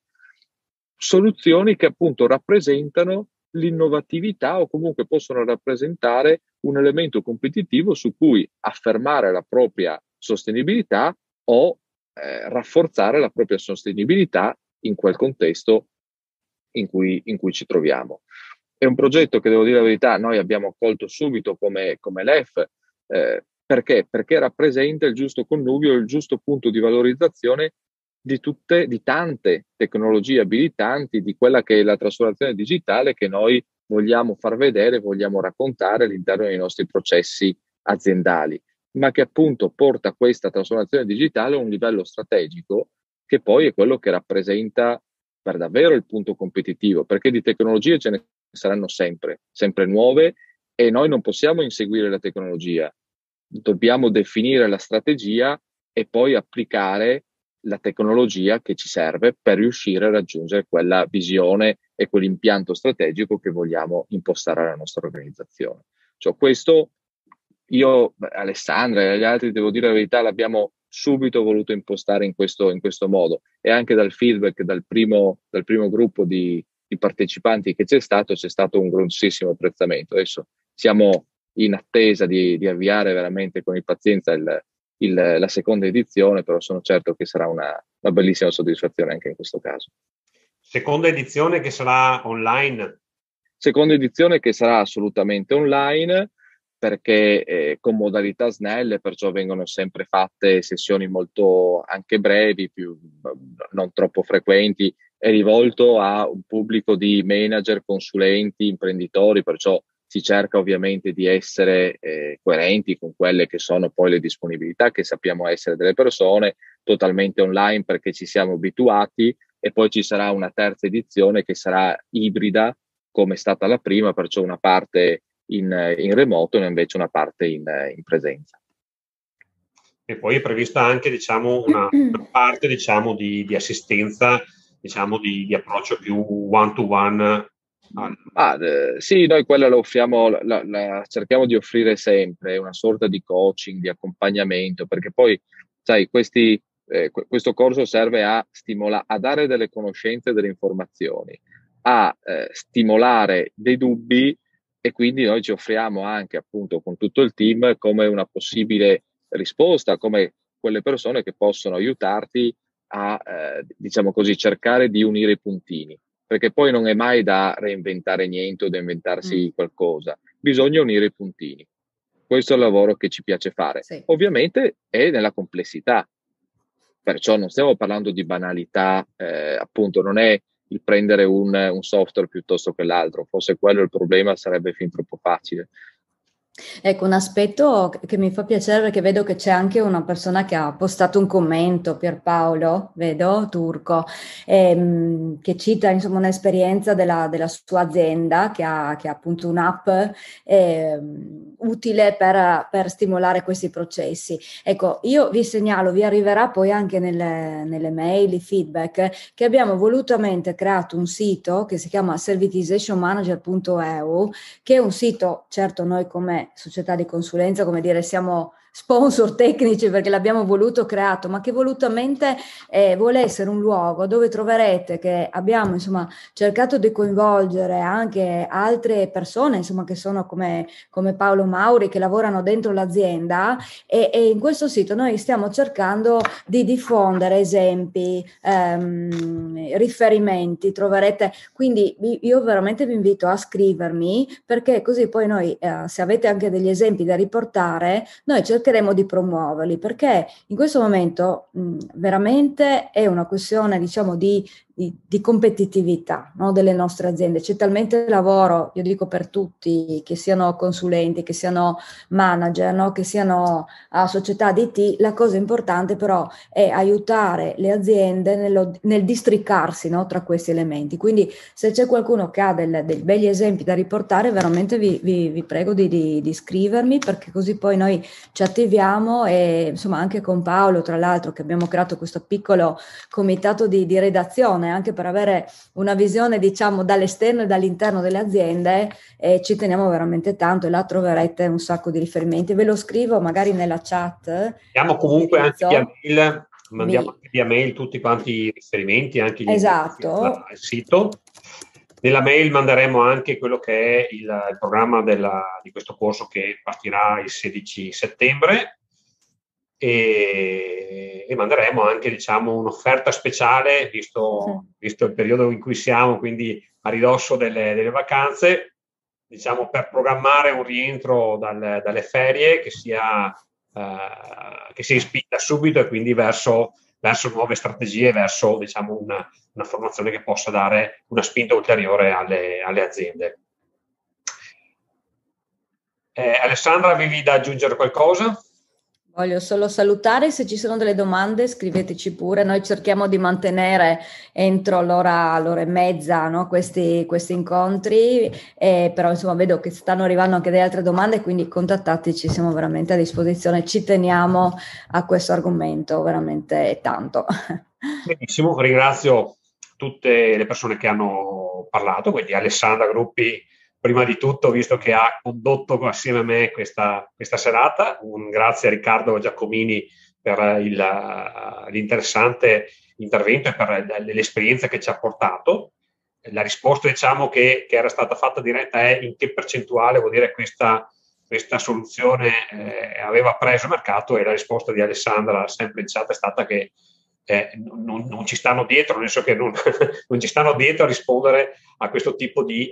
soluzioni che appunto rappresentano l'innovatività o comunque possono rappresentare un elemento competitivo su cui affermare la propria sostenibilità o rafforzare la propria sostenibilità in quel contesto in cui ci troviamo. È un progetto che, devo dire la verità, noi abbiamo accolto subito come LEF, perché? Perché rappresenta il giusto connubio, il giusto punto di valorizzazione di tante tecnologie abilitanti, di quella che è la trasformazione digitale che noi vogliamo far vedere, vogliamo raccontare all'interno dei nostri processi aziendali, ma che appunto porta questa trasformazione digitale a un livello strategico che poi è quello che rappresenta per davvero il punto competitivo, perché di tecnologie ce ne saranno sempre nuove e noi non possiamo inseguire la tecnologia, dobbiamo definire la strategia e poi applicare la tecnologia che ci serve per riuscire a raggiungere quella visione e quell'impianto strategico che vogliamo impostare alla nostra organizzazione. Cioè, questo io, Alessandra e gli altri, devo dire la verità, l'abbiamo subito voluto impostare in questo modo, e anche dal feedback dal primo gruppo di partecipanti che c'è stato un grossissimo apprezzamento. Adesso siamo in attesa di avviare veramente con pazienza la seconda edizione, però sono certo che sarà una bellissima soddisfazione anche in questo caso. Seconda edizione che sarà online? Seconda edizione che sarà assolutamente online, perché con modalità snelle, perciò vengono sempre fatte sessioni molto anche brevi, non troppo frequenti, è rivolto a un pubblico di manager, consulenti, imprenditori, perciò si cerca ovviamente di essere coerenti con quelle che sono poi le disponibilità che sappiamo essere delle persone, totalmente online perché ci siamo abituati, e poi ci sarà una terza edizione che sarà ibrida come è stata la prima, perciò una parte in remoto e invece una parte in presenza. E poi è prevista anche, diciamo, una parte, diciamo, di assistenza, diciamo, di approccio più one-to-one. Sì, noi quella la offriamo, la cerchiamo di offrire sempre, una sorta di coaching, di accompagnamento, perché poi, sai, questo corso serve a dare delle conoscenze, delle informazioni, a stimolare dei dubbi, e quindi noi ci offriamo anche appunto con tutto il team come una possibile risposta, come quelle persone che possono aiutarti a, diciamo così, cercare di unire i puntini, perché poi non è mai da reinventare niente o da inventarsi qualcosa, bisogna unire i puntini. Questo è il lavoro che ci piace fare. Sì. Ovviamente è nella complessità, perciò non stiamo parlando di banalità, appunto non è il prendere un software piuttosto che l'altro, fosse quello il problema sarebbe fin troppo facile. Ecco, un aspetto che mi fa piacere, perché vedo che c'è anche una persona che ha postato un commento, Pierpaolo, vedo, Turco, che cita insomma un'esperienza della sua azienda che ha appunto un'app utile per stimolare questi processi. Ecco, io vi segnalo, vi arriverà poi anche nelle mail, i feedback, che abbiamo volutamente creato un sito che si chiama servitizationmanager.eu, che è un sito, certo noi come società di consulenza, come dire, siamo sponsor tecnici perché l'abbiamo voluto creato, ma che volutamente vuole essere un luogo dove troverete che abbiamo insomma cercato di coinvolgere anche altre persone insomma che sono come Paolo Mauri, che lavorano dentro l'azienda, e in questo sito noi stiamo cercando di diffondere esempi, riferimenti, troverete, quindi io veramente vi invito a scrivermi, perché così poi noi se avete anche degli esempi da riportare, noi cercheremo di promuoverli, perché in questo momento veramente è una questione, diciamo, di competitività, no, delle nostre aziende. C'è talmente lavoro, io dico per tutti, che siano consulenti, che siano manager, no, che siano a società IT. La cosa importante però è aiutare le aziende nel districarsi, no, tra questi elementi. Quindi se c'è qualcuno che ha dei begli esempi da riportare, veramente vi prego di scrivermi, perché così poi noi ci attiviamo, e insomma anche con Paolo, tra l'altro, che abbiamo creato questo piccolo comitato di redazione, anche per avere una visione, diciamo, dall'esterno e dall'interno delle aziende, e ci teniamo veramente tanto, e là troverete un sacco di riferimenti. Ve lo scrivo magari nella chat. Mandiamo comunque anche via mail, mandiamo anche via mail tutti quanti i riferimenti, anche gli esatto, al sito. Nella mail manderemo anche quello che è il programma di questo corso, che partirà il 16 settembre, e manderemo anche, diciamo, un'offerta speciale, visto il periodo in cui siamo, quindi a ridosso delle vacanze, diciamo, per programmare un rientro dalle ferie che sia spinta subito, e quindi verso nuove strategie, verso, diciamo, una formazione che possa dare una spinta ulteriore alle aziende. Alessandra, avevi da aggiungere qualcosa? Voglio solo salutare, se ci sono delle domande scriveteci pure, noi cerchiamo di mantenere entro l'ora e mezza, no, questi incontri, però insomma vedo che stanno arrivando anche delle altre domande, quindi contattateci, siamo veramente a disposizione, ci teniamo a questo argomento veramente tanto. Benissimo, ringrazio tutte le persone che hanno parlato, quindi Alessandra Gruppi prima di tutto, visto che ha condotto assieme a me questa serata. Un grazie a Riccardo Giacomini per l'interessante intervento e per l'esperienza che ci ha portato. La risposta, diciamo, che era stata fatta diretta è: in che percentuale, vuol dire, questa soluzione aveva preso mercato, e la risposta di Alessandra, sempre in chat, è stata che non ci stanno dietro, nel senso che non ci stanno dietro a rispondere a questo tipo di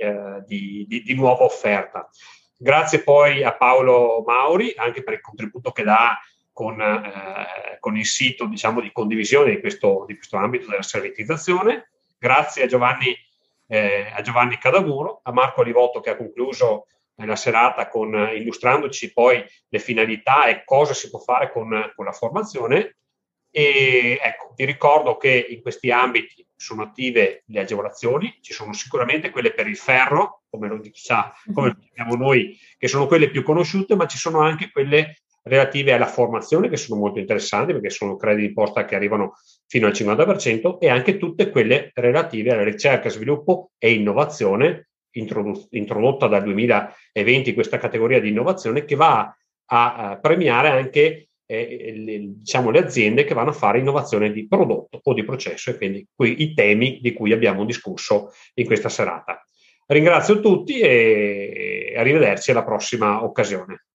nuova offerta. Grazie poi a Paolo Mauri anche per il contributo che dà con il sito, diciamo, di condivisione di questo ambito della servitizzazione. Grazie a Giovanni Cadavuro, a Marco Alivotto, che ha concluso la serata illustrandoci poi le finalità e cosa si può fare con la formazione. E ecco, ti ricordo che in questi ambiti sono attive le agevolazioni, ci sono sicuramente quelle per il ferro, come lo diciamo noi, che sono quelle più conosciute, ma ci sono anche quelle relative alla formazione, che sono molto interessanti, perché sono crediti d'imposta che arrivano fino al 50%, e anche tutte quelle relative alla ricerca, sviluppo e innovazione, introdotta dal 2020 questa categoria di innovazione, che va a premiare anche diciamo, le aziende che vanno a fare innovazione di prodotto o di processo, e quindi i temi di cui abbiamo discusso in questa serata. Ringrazio tutti e arrivederci alla prossima occasione.